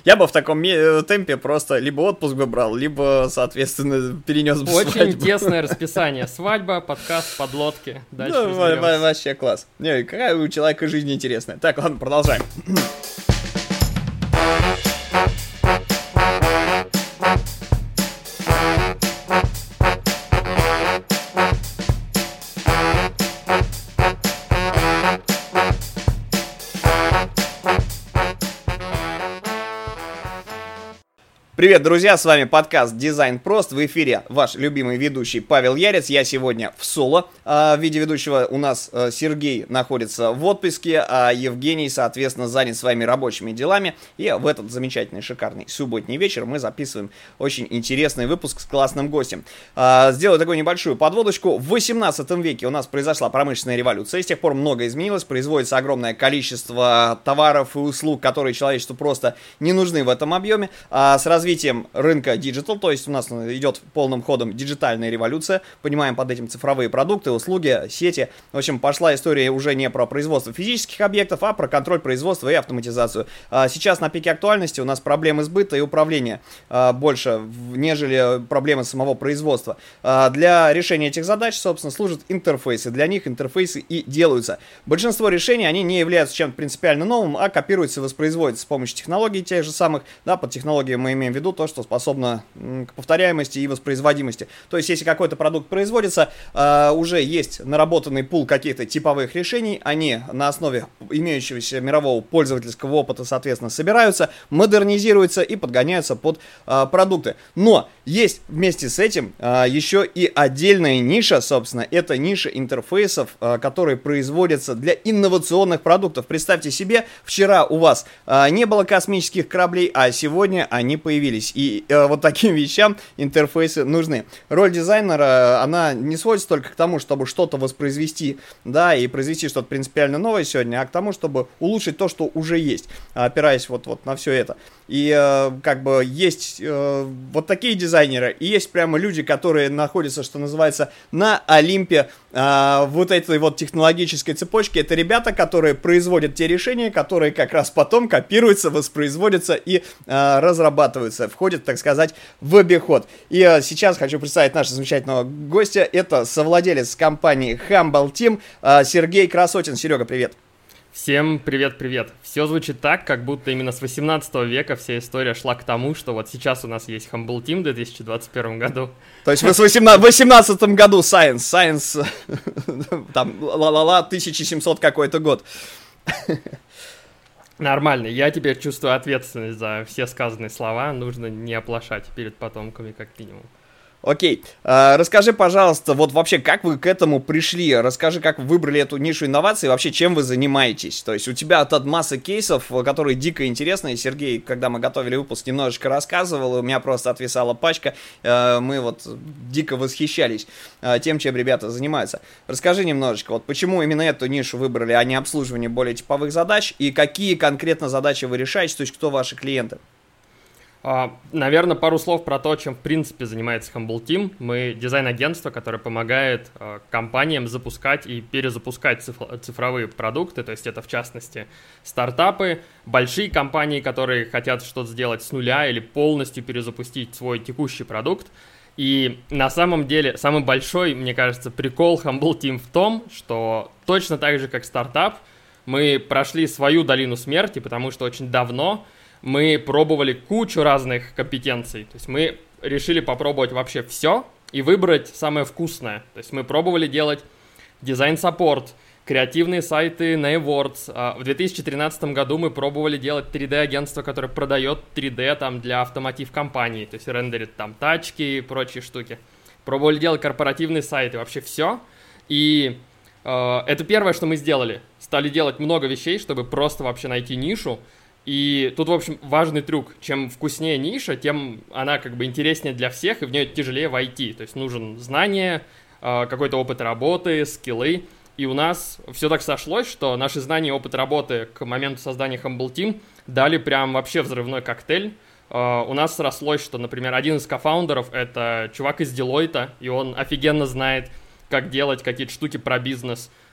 Я бы в таком темпе просто либо отпуск бы брал, либо, соответственно, перенес бы свадьбу. Очень тесное расписание. Свадьба, подкаст, подлодки. Дальше разберемся. Вообще класс. Не, какая у человека жизнь интересная. Так, ладно, продолжаем. Привет, друзья, с вами подкаст «Дизайн прост». В эфире ваш любимый ведущий Павел Ярец. Я сегодня в соло. В виде ведущего у нас Сергей находится в отпуске, а Евгений, соответственно, занят своими рабочими делами. И в этот замечательный, шикарный субботний вечер мы записываем очень интересный выпуск с классным гостем. Сделаю такую небольшую подводочку. В 18 веке у нас произошла промышленная революция. С тех пор многое изменилось. Производится огромное количество товаров и услуг, которые человечеству просто не нужны в этом объеме. С развитием рынка Digital, то есть у нас идет полным ходом диджитальная революция, понимаем под этим цифровые продукты, услуги, сети. В общем, пошла история уже не про производство физических объектов, а про контроль производства и автоматизацию. Сейчас на пике актуальности у нас проблемы сбыта и управления больше, нежели проблемы самого производства. Для решения этих задач, собственно, служат интерфейсы. Для них интерфейсы и делаются. Большинство решений, они не являются чем-то принципиально новым, а копируются и воспроизводятся с помощью технологий тех же самых. Да, под технологией мы имеем в виду то, что способно к повторяемости и воспроизводимости. То есть, если какой-то продукт производится, уже есть наработанный пул каких-то типовых решений, они на основе имеющегося мирового пользовательского опыта, соответственно, собираются, модернизируются и подгоняются под продукты. Но есть вместе с этим еще и отдельная ниша, собственно, это ниша интерфейсов, которые производятся для инновационных продуктов. Представьте себе, вчера у вас не было космических кораблей, а сегодня они появились. И вот таким вещам интерфейсы нужны. Роль дизайнера, она не сводится только к тому, чтобы что-то воспроизвести, да, и произвести что-то принципиально новое сегодня, а к тому, чтобы улучшить то, что уже есть, опираясь вот на все это. И как бы есть вот такие дизайнеры, и есть прямо люди, которые находятся, что называется, на Олимпе вот этой вот технологической цепочки. Это ребята, которые производят те решения, которые как раз потом копируются, воспроизводятся и разрабатываются, входят, так сказать, в обиход. И сейчас хочу представить нашего замечательного гостя. Это совладелец компании Humble Team Сергей Красотин. Серега, привет. Всем привет-привет. Все звучит так, как будто именно с 18 века вся история шла к тому, что вот сейчас у нас есть Humble Team в 2021 году. То есть вы в 18 году Science, там, ла-ла-ла, 1700 какой-то год. Нормально, я теперь чувствую ответственность за все сказанные слова, нужно не оплошать перед потомками как минимум. Окей, расскажи, пожалуйста, вот вообще, как вы к этому пришли? Расскажи, как вы выбрали эту нишу инноваций, вообще, чем вы занимаетесь? То есть у тебя тут масса кейсов, которые дико интересные. Сергей, когда мы готовили выпуск, немножечко рассказывал, у меня просто отвисала пачка. Мы вот дико восхищались тем, чем ребята занимаются. Расскажи немножечко, вот почему именно эту нишу выбрали, а не обслуживание более типовых задач, и какие конкретно задачи вы решаете, то есть кто ваши клиенты? Наверное, пару слов про то, чем в принципе занимается Humble Team. Мы дизайн-агентство, которое помогает компаниям запускать и перезапускать цифровые продукты, то есть это в частности стартапы, большие компании, которые хотят что-то сделать с нуля или полностью перезапустить свой текущий продукт. И на самом деле самый большой, мне кажется, прикол Humble Team в том, что точно так же, как стартап, мы прошли свою долину смерти, потому что очень давно мы пробовали кучу разных компетенций. То есть мы решили попробовать вообще все и выбрать самое вкусное. То есть мы пробовали делать дизайн-саппорт, креативные сайты на AdWords. В 2013 году мы пробовали делать 3D-агентство, которое продает 3D там, для автомотив-компаний. То есть рендерит там тачки и прочие штуки. Пробовали делать корпоративные сайты, вообще все. И это первое, что мы сделали. Стали делать много вещей, чтобы просто вообще найти нишу. И тут, в общем, важный трюк. Чем вкуснее ниша, тем она как бы интереснее для всех, и в нее тяжелее войти. То есть нужен знание, какой-то опыт работы, скиллы. И у нас все так сошлось, что наши знания и опыт работы к моменту создания Humble Team дали прям вообще взрывной коктейль. У нас срослось, что, например, один из кофаундеров — это чувак из Deloitte, и он офигенно знает, как делать какие-то штуки про бизнес.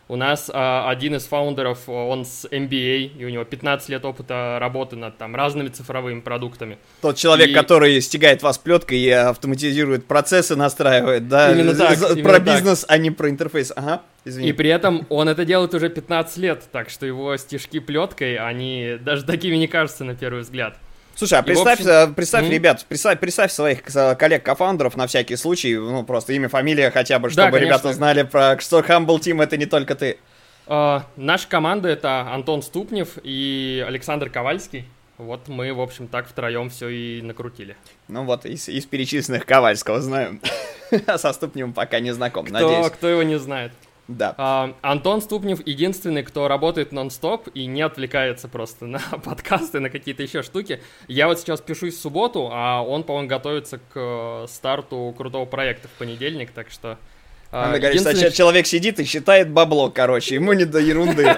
У нас один из фаундеров, он с MBA, и у него 15 лет опыта работы над там разными цифровыми продуктами. Тот человек, который стягает вас плеткой и автоматизирует процессы, настраивает, да? Именно так. Про бизнес, а не про интерфейс. Ага, извини. И при этом он это делает уже 15 лет, так что его стежки плеткой, они даже такими не кажутся на первый взгляд. Слушай, а представь, ребят, представь своих коллег-кофаундеров на всякий случай, ну, просто имя, фамилия хотя бы, чтобы ребята знали, что Humble Team — это не только ты. Наша команда — это Антон Ступнев и Александр Ковальский. Вот мы, в общем, так втроем все и накрутили. Ну вот, из перечисленных Ковальского знаю, а со Ступневым пока не знаком, надеюсь. Кто его не знает. Да. Антон Ступнев единственный, кто работает нон-стоп и не отвлекается просто на подкасты, на какие-то еще штуки. Я вот сейчас пишусь в субботу, а он, по-моему, готовится к старту крутого проекта в понедельник, так что... Надо говорить, что человек сидит и считает бабло, короче, ему не до ерунды.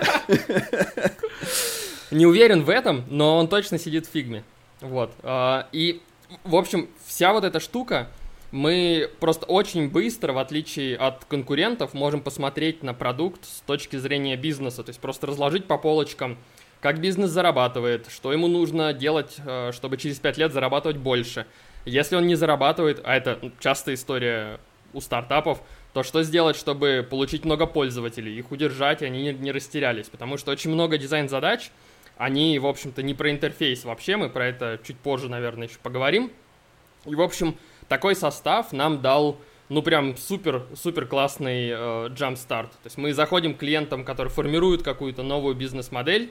Не уверен в этом, но он точно сидит в фигме. Вот. И, в общем, вся вот эта штука... Мы просто очень быстро, в отличие от конкурентов, можем посмотреть на продукт с точки зрения бизнеса. То есть просто разложить по полочкам, как бизнес зарабатывает, что ему нужно делать, чтобы через 5 лет зарабатывать больше. Если он не зарабатывает, а это частая история у стартапов, то что сделать, чтобы получить много пользователей, их удержать, и они не растерялись. Потому что очень много дизайн-задач, они, в общем-то, не про интерфейс вообще, мы про это чуть позже, наверное, еще поговорим. И, в общем... Такой состав нам дал, ну, прям супер классный джамп-старт. То есть мы заходим к клиентам, которые формируют какую-то новую бизнес-модель,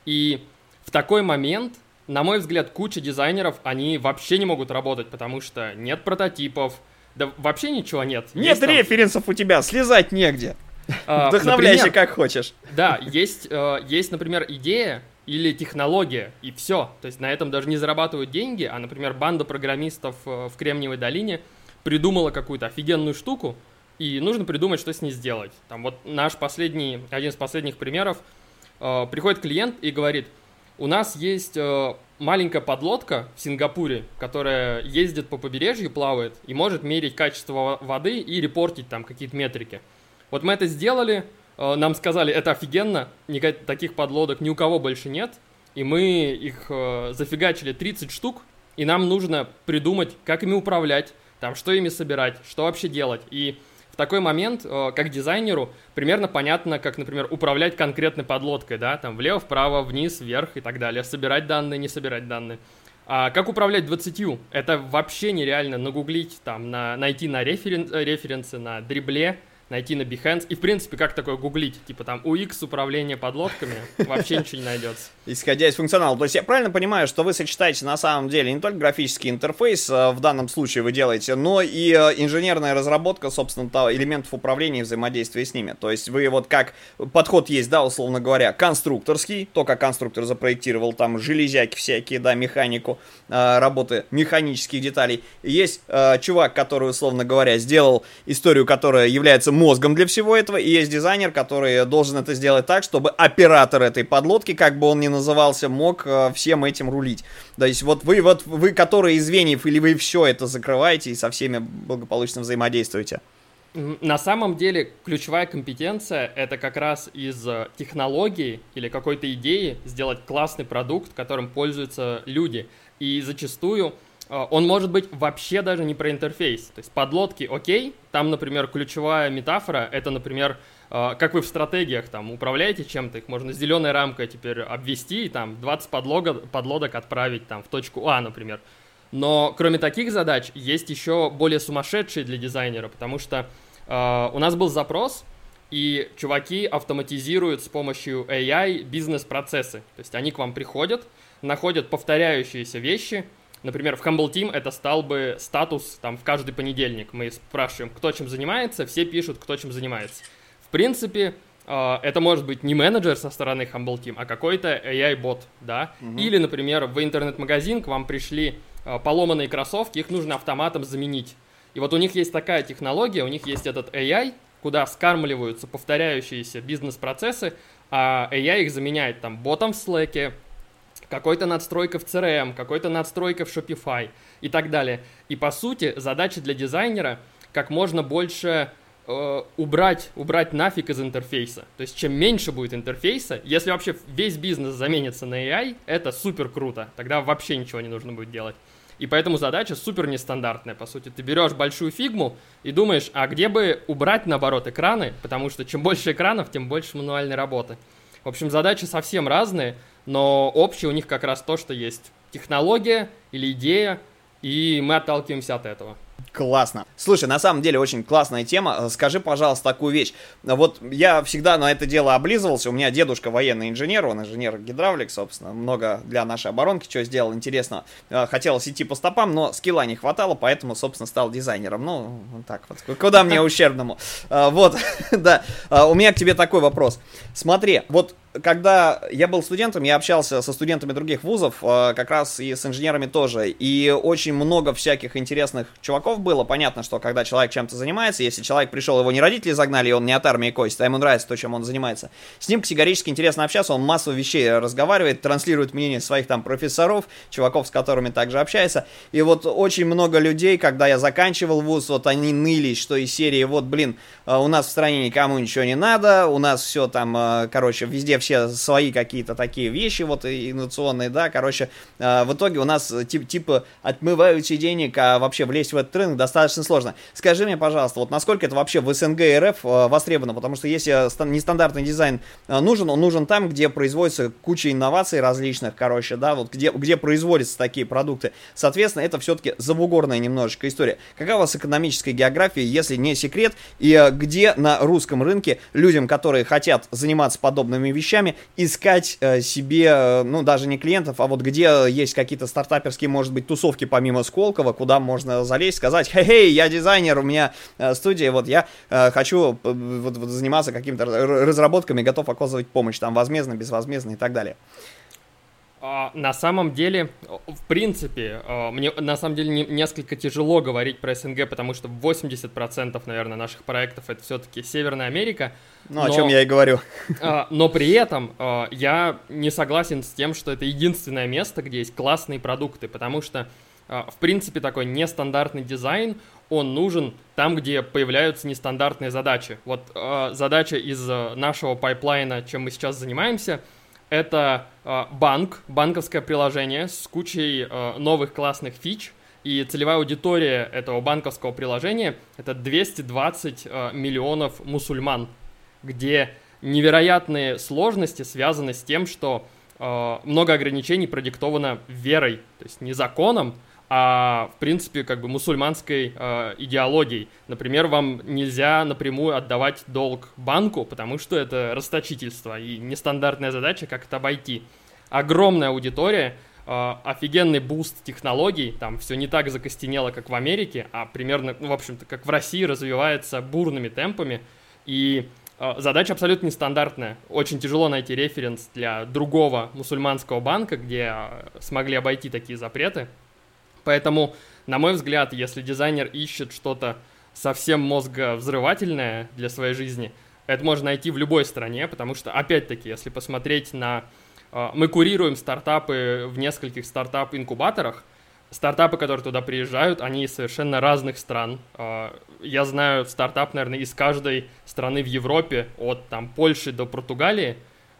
и в такой момент, на мой взгляд, куча дизайнеров, они вообще не могут работать, потому что нет прототипов, да вообще ничего нет. Нет референсов у тебя, слезать негде. Вдохновляйся как хочешь. Да, есть, например, идея, или технология, и все. То есть на этом даже не зарабатывают деньги, а, например, банда программистов в Кремниевой долине придумала какую-то офигенную штуку, и нужно придумать, что с ней сделать. Там вот один из последних примеров, приходит клиент и говорит, у нас есть маленькая подлодка в Сингапуре, которая ездит по побережью, плавает, и может мерить качество воды и репортить там какие-то метрики. Вот мы это сделали, нам сказали, это офигенно, таких подлодок ни у кого больше нет, и мы их зафигачили 30 штук, и нам нужно придумать, как ими управлять, там, что ими собирать, что вообще делать. И в такой момент, как дизайнеру, примерно понятно, как, например, управлять конкретной подлодкой, да, там, влево, вправо, вниз, вверх и так далее, собирать данные, не собирать данные. А как управлять 20? Это вообще нереально нагуглить, там, найти на референсы, на дрибле, найти на Behance, и, в принципе, как такое гуглить? Типа там UX управление подлодками, вообще ничего не найдется. Исходя из функционала. То есть я правильно понимаю, что вы сочетаете на самом деле не только графический интерфейс, в данном случае вы делаете, но и инженерная разработка, собственно, элементов управления и взаимодействия с ними. То есть вы вот как подход есть, да, условно говоря, конструкторский, то, как конструктор запроектировал там железяки всякие, да, механику, работы механических деталей. И есть чувак, который, условно говоря, сделал историю, которая является мозгом для всего этого, и есть дизайнер, который должен это сделать так, чтобы оператор этой подлодки, как бы он ни назывался, мог всем этим рулить. То есть вот вы, которые из звеньев, или вы все это закрываете и со всеми благополучно взаимодействуете? На самом деле ключевая компетенция — это как раз из технологии или какой-то идеи сделать классный продукт, которым пользуются люди. И зачастую он может быть вообще даже не про интерфейс. То есть подлодки окей, там, например, ключевая метафора — это, например, как вы в стратегиях там управляете чем-то, их можно зеленой рамкой теперь обвести и там 20 подлодок отправить там в точку А, например. Но кроме таких задач есть еще более сумасшедшие для дизайнера, потому что у нас был запрос, и чуваки автоматизируют с помощью AI бизнес-процессы. То есть они к вам приходят, находят повторяющиеся вещи. Например, в Humble Team это стал бы статус там в каждый понедельник. Мы спрашиваем, кто чем занимается, все пишут, кто чем занимается. В принципе, это может быть не менеджер со стороны Humble Team, а какой-то AI-бот, да. Или, например, в интернет-магазин к вам пришли поломанные кроссовки, их нужно автоматом заменить. И вот у них есть такая технология, у них есть этот AI, куда скармливаются повторяющиеся бизнес-процессы, а AI их заменяет там ботом в Slack, какой-то надстройка в CRM, какой-то надстройка в Shopify и так далее. И по сути задача для дизайнера как можно больше убрать нафиг из интерфейса. То есть чем меньше будет интерфейса, если вообще весь бизнес заменится на AI, это супер круто. Тогда вообще ничего не нужно будет делать. И поэтому задача супер нестандартная, по сути. Ты берешь большую фигму и думаешь, а где бы убрать, наоборот, экраны, потому что чем больше экранов, тем больше мануальной работы. В общем, задачи совсем разные, но общее у них как раз то, что есть технология или идея, и мы отталкиваемся от этого. Классно. Слушай, на самом деле очень классная тема. Скажи, пожалуйста, такую вещь. Вот я всегда на это дело облизывался. У меня дедушка военный инженер, он инженер-гидравлик, собственно. Много для нашей оборонки чего сделал интересного. Хотелось идти по стопам, но скилла не хватало, поэтому, собственно, стал дизайнером. Ну, вот так вот. Куда мне ущербному? Вот, да. У меня к тебе такой вопрос. Смотри, вот когда я был студентом, я общался со студентами других вузов, как раз и с инженерами тоже, и очень много всяких интересных чуваков было. Понятно, что когда человек чем-то занимается, если человек пришел, его не родители загнали, и он не от армии косит, а ему нравится то, чем он занимается, с ним категорически интересно общаться, он массу вещей разговаривает, транслирует мнение своих там профессоров, чуваков, с которыми также общается, и вот очень много людей, когда я заканчивал вуз, вот они нылись, что из серии, вот, блин, у нас в стране никому ничего не надо, у нас все там, короче, везде все свои какие-то такие вещи, вот, инновационные, да, короче, в итоге у нас, типа, отмывающий денег, а вообще влезть в этот рынок достаточно сложно. Скажи мне, пожалуйста, вот насколько это вообще в СНГ и РФ востребовано, потому что если нестандартный дизайн нужен, он нужен там, где производится куча инноваций различных, короче, да, вот, где производятся такие продукты. Соответственно, это все-таки забугорная немножечко история. Какая у вас экономическая география, если не секрет, и где на русском рынке людям, которые хотят заниматься подобными вещами, искать себе, ну, даже не клиентов, а вот где есть какие-то стартаперские, может быть, тусовки помимо Сколково, куда можно залезть, сказать, хей, я дизайнер, у меня студия, вот я хочу вот заниматься какими-то разработками, готов оказывать помощь, там, возмездно, безвозмездно и так далее. На самом деле, в принципе, мне на самом деле несколько тяжело говорить про СНГ, потому что 80%, наверное, наших проектов это все-таки Северная Америка. Ну, о чем я и говорю. Но при этом я не согласен с тем, что это единственное место, где есть классные продукты, потому что, в принципе, такой нестандартный дизайн, он нужен там, где появляются нестандартные задачи. Вот задача из нашего пайплайна, чем мы сейчас занимаемся, это банковское приложение с кучей новых классных фич, и целевая аудитория этого банковского приложения – это 220 миллионов мусульман, где невероятные сложности связаны с тем, что много ограничений продиктовано верой, то есть не законом, а, в принципе, как бы мусульманской идеологией. Например, вам нельзя напрямую отдавать долг банку, потому что это расточительство и нестандартная задача, как это обойти. Огромная аудитория, офигенный буст технологий, там все не так закостенело, как в Америке, а примерно, ну, в общем-то, как в России развивается бурными темпами, и задача абсолютно нестандартная. Очень тяжело найти референс для другого мусульманского банка, где смогли обойти такие запреты. Поэтому, на мой взгляд, если дизайнер ищет что-то совсем мозговзрывательное для своей жизни, это можно найти в любой стране, потому что, опять-таки, если посмотреть на... Мы курируем стартапы в нескольких стартап-инкубаторах. Стартапы, которые туда приезжают, они из совершенно разных стран. Я знаю стартап, наверное, из каждой страны в Европе, от там, Польши до Португалии,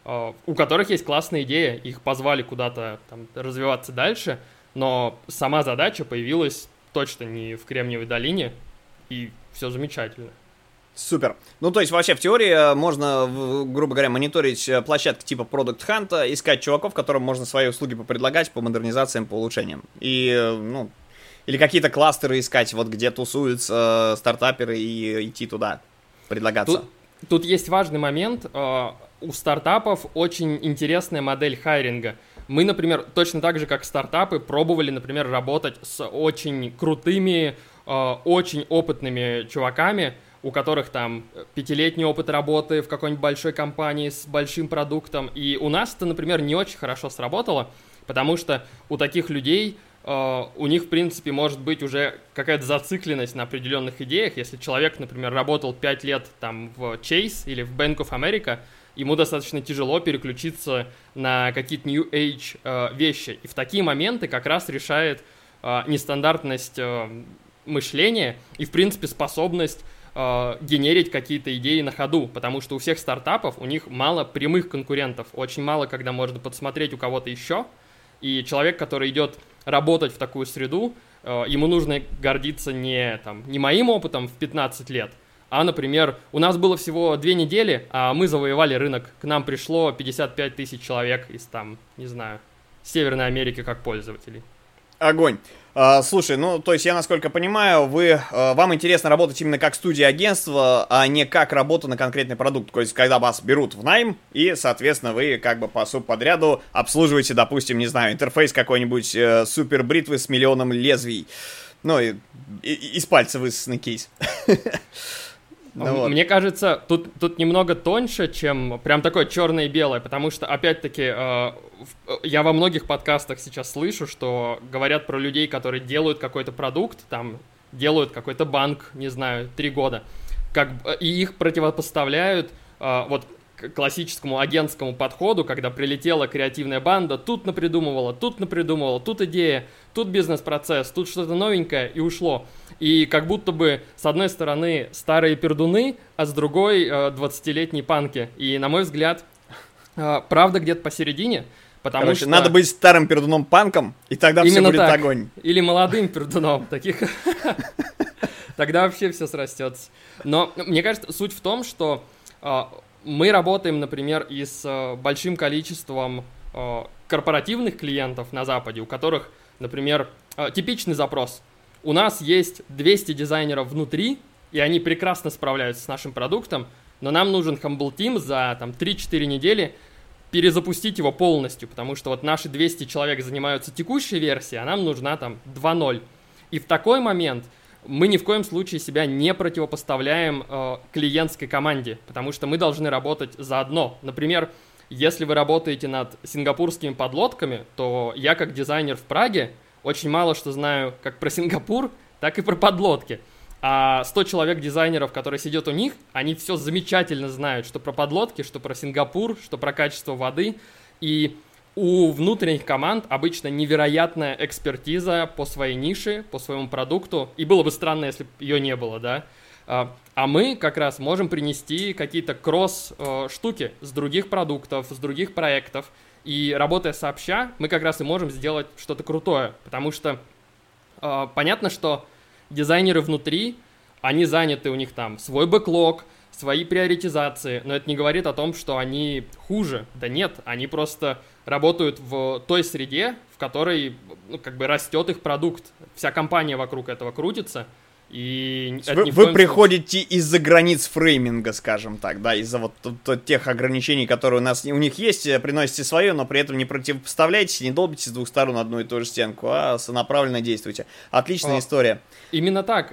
у которых есть классная идея, их позвали куда-то там, развиваться дальше, но сама задача появилась точно не в Кремниевой долине, и все замечательно. Супер. Ну, то есть, вообще, в теории можно, грубо говоря, мониторить площадки типа Product Hunt, искать чуваков, которым можно свои услуги попредлагать по модернизациям, по улучшениям. И, ну, или какие-то кластеры искать, вот где тусуются стартаперы, и идти туда, предлагаться. Тут есть важный момент. У стартапов очень интересная модель хайринга. Мы, например, точно так же, как стартапы, пробовали, например, работать с очень крутыми, очень опытными чуваками, у которых там 5-летний опыт работы в какой-нибудь большой компании с большим продуктом. И у нас это, например, не очень хорошо сработало, потому что у таких людей, у них, в принципе, может быть уже какая-то зацикленность на определенных идеях. Если человек, например, работал 5 лет там в Chase или в Bank of America, ему достаточно тяжело переключиться на какие-то New Age вещи. И в такие моменты как раз решает нестандартность мышления и, в принципе, способность генерить какие-то идеи на ходу, потому что у всех стартапов, у них мало прямых конкурентов, очень мало, когда можно подсмотреть у кого-то еще, и человек, который идет работать в такую среду, ему нужно гордиться не моим опытом в 15 лет, а, например, у нас было всего 2 недели, а мы завоевали рынок, к нам пришло 55 тысяч человек из Северной Америки как пользователей. Огонь. Слушай, то есть я, насколько понимаю, вам интересно работать именно как студия-агентство, а не как работа на конкретный продукт. То есть, когда вас берут в найм, и, соответственно, вы как бы по субподряду обслуживаете, допустим, не знаю, интерфейс какой-нибудь супер-бритвы с миллионом лезвий. Из пальца высосанный кейс. Мне кажется, тут немного тоньше, чем прям такое черное и белое, потому что, опять-таки, я во многих подкастах сейчас слышу, что говорят про людей, которые делают какой-то продукт, делают какой-то банк, 3 года, и их противопоставляют к классическому агентскому подходу, когда прилетела креативная банда, тут напридумывала, тут идея, тут бизнес-процесс, тут что-то новенькое, и ушло. И как будто бы с одной стороны старые пердуны, а с другой 20-летние панки. И, на мой взгляд, правда где-то посередине, потому что... надо быть старым пердуном-панком, и тогда все будет огонь. Или молодым пердуном, таких... Тогда вообще все срастется. Но мне кажется, суть в том, что мы работаем, например, и с большим количеством корпоративных клиентов на Западе, у которых, например, типичный запрос. У нас есть 200 дизайнеров внутри, и они прекрасно справляются с нашим продуктом, но нам нужен Humble Team за 3-4 недели перезапустить его полностью, потому что наши 200 человек занимаются текущей версией, а нам нужна 2.0. И в такой момент мы ни в коем случае себя не противопоставляем клиентской команде, потому что мы должны работать заодно. Например, если вы работаете над сингапурскими подлодками, то я как дизайнер в Праге очень мало что знаю как про Сингапур, так и про подлодки. А 100 человек-дизайнеров, которые сидят у них, они все замечательно знают, что про подлодки, что про Сингапур, что про качество воды. И у внутренних команд обычно невероятная экспертиза по своей нише, по своему продукту. И было бы странно, если бы ее не было, да. А мы как раз можем принести какие-то кросс-штуки с других продуктов, с других проектов. И работая сообща, мы как раз и можем сделать что-то крутое. Потому что понятно, что дизайнеры внутри, они заняты, у них свой бэклог, свои приоритизации, но это не говорит о том, что они хуже. Да нет, они просто работают в той среде, в которой растет их продукт. Вся компания вокруг этого крутится. И вы приходите из-за границ фрейминга, скажем так, да, из-за тех ограничений, которые у них есть, приносите свое, но при этом не противопоставляйтесь, не долбитесь с двух сторон одну и ту же стенку, а сонаправленно действуйте. Отличная история. Именно так.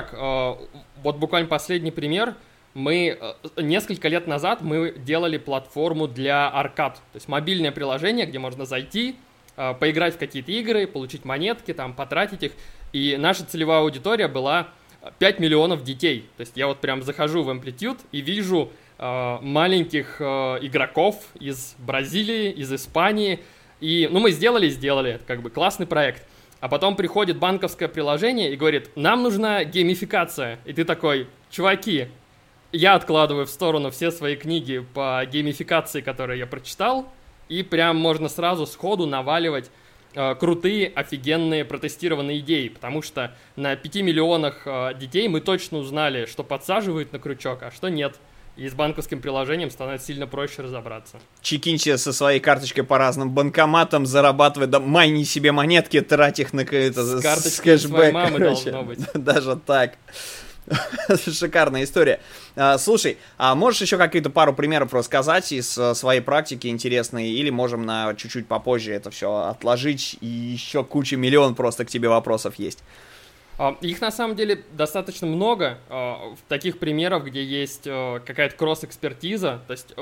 Буквально последний пример. Несколько лет назад мы делали платформу для аркад, то есть мобильное приложение, где можно зайти, поиграть в какие-то игры, получить монетки, потратить их. И наша целевая аудитория была 5 миллионов детей. То есть я прям захожу в Amplitude и вижу маленьких игроков из Бразилии, из Испании. И мы сделали, это классный проект. А потом приходит банковское приложение и говорит, нам нужна геймификация. И ты такой, чуваки, я откладываю в сторону все свои книги по геймификации, которые я прочитал, и прям можно сразу сходу наваливать крутые, офигенные протестированные идеи, потому что на 5 миллионах детей мы точно узнали, что подсаживают на крючок, а что нет. И с банковским приложением становится сильно проще разобраться. Чекиньте со своей карточкой по разным банкоматам, зарабатывай, майни себе монетки, трать их на с карточкой своей мамы должно быть. Даже так. Шикарная история. Слушай, а можешь еще какие-то пару примеров рассказать из своей практики интересной, или можем на чуть-чуть попозже это все отложить, и еще куча миллион просто к тебе вопросов есть? Их на самом деле достаточно много, таких примеров, где есть какая-то кросс-экспертиза. То есть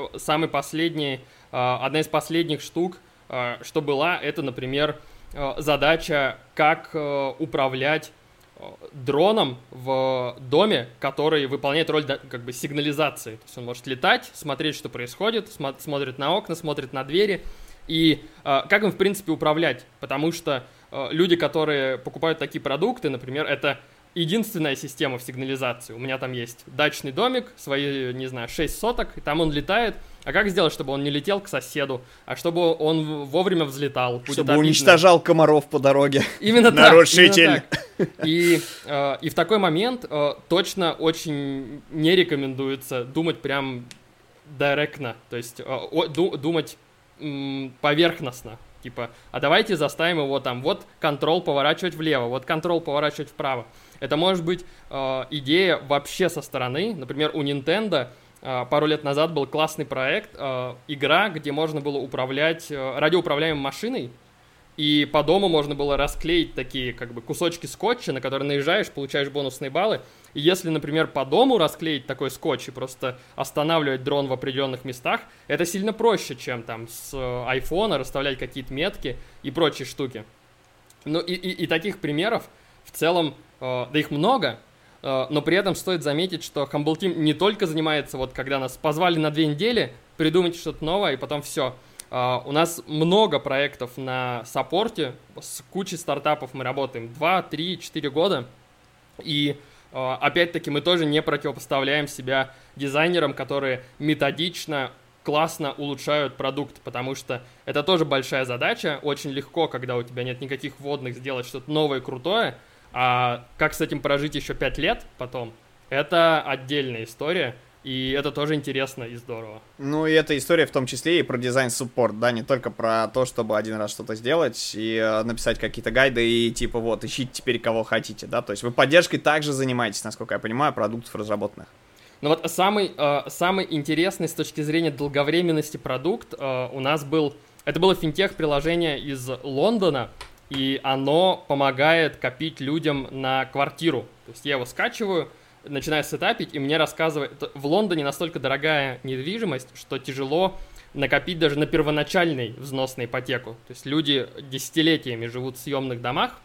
одна из последних штук, что была, это, например, задача, как управлять дроном в доме, который выполняет роль сигнализации. То есть он может летать, смотреть, что происходит, смотрит на окна, смотрит на двери. И как им, в принципе, управлять? Потому что люди, которые покупают такие продукты, например, это единственная система в сигнализации. У меня там есть дачный домик, свои, не знаю, 6 соток, и там он летает. А как сделать, чтобы он не летел к соседу, а чтобы он вовремя взлетал? Чтобы уничтожал комаров по дороге. Именно так. Нарушитель. И в такой момент точно очень не рекомендуется думать прям директно, то есть думать поверхностно. Типа, а давайте заставим его там, вот контрол поворачивать влево, вот контрол поворачивать вправо. Это может быть идея вообще со стороны. Например, у Nintendo пару лет назад был классный проект, игра, где можно было управлять радиоуправляемой машиной, и по дому можно было расклеить такие как бы кусочки скотча, на которые наезжаешь, получаешь бонусные баллы. И если, например, по дому расклеить такой скотч и просто останавливать дрон в определенных местах, это сильно проще, чем там с айфона расставлять какие-то метки и прочие штуки. Ну и таких примеров в целом, да их много, но при этом стоит заметить, что Humble Team не только занимается, вот когда нас позвали на 2 недели, придумать что-то новое и потом все. У нас много проектов на саппорте, с кучей стартапов мы работаем 2, 3, 4 года, и опять-таки мы тоже не противопоставляем себя дизайнерам, которые методично, классно улучшают продукт, потому что это тоже большая задача, очень легко, когда у тебя нет никаких вводных, сделать что-то новое и крутое, а как с этим прожить еще 5 лет потом, это отдельная история. И это тоже интересно и здорово. Ну, и эта история в том числе и про дизайн-суппорт, да, не только про то, чтобы один раз что-то сделать и написать какие-то гайды и типа вот, ищите теперь кого хотите, да, то есть вы поддержкой также занимаетесь, насколько я понимаю, продуктов разработанных. Ну вот самый интересный с точки зрения долговременности продукт у нас был, это было финтех-приложение из Лондона, и оно помогает копить людям на квартиру, то есть я его скачиваю, начинаю сетапить, и мне рассказывают, в Лондоне настолько дорогая недвижимость, что тяжело накопить даже на первоначальный взнос на ипотеку. То есть люди десятилетиями живут в съемных домах,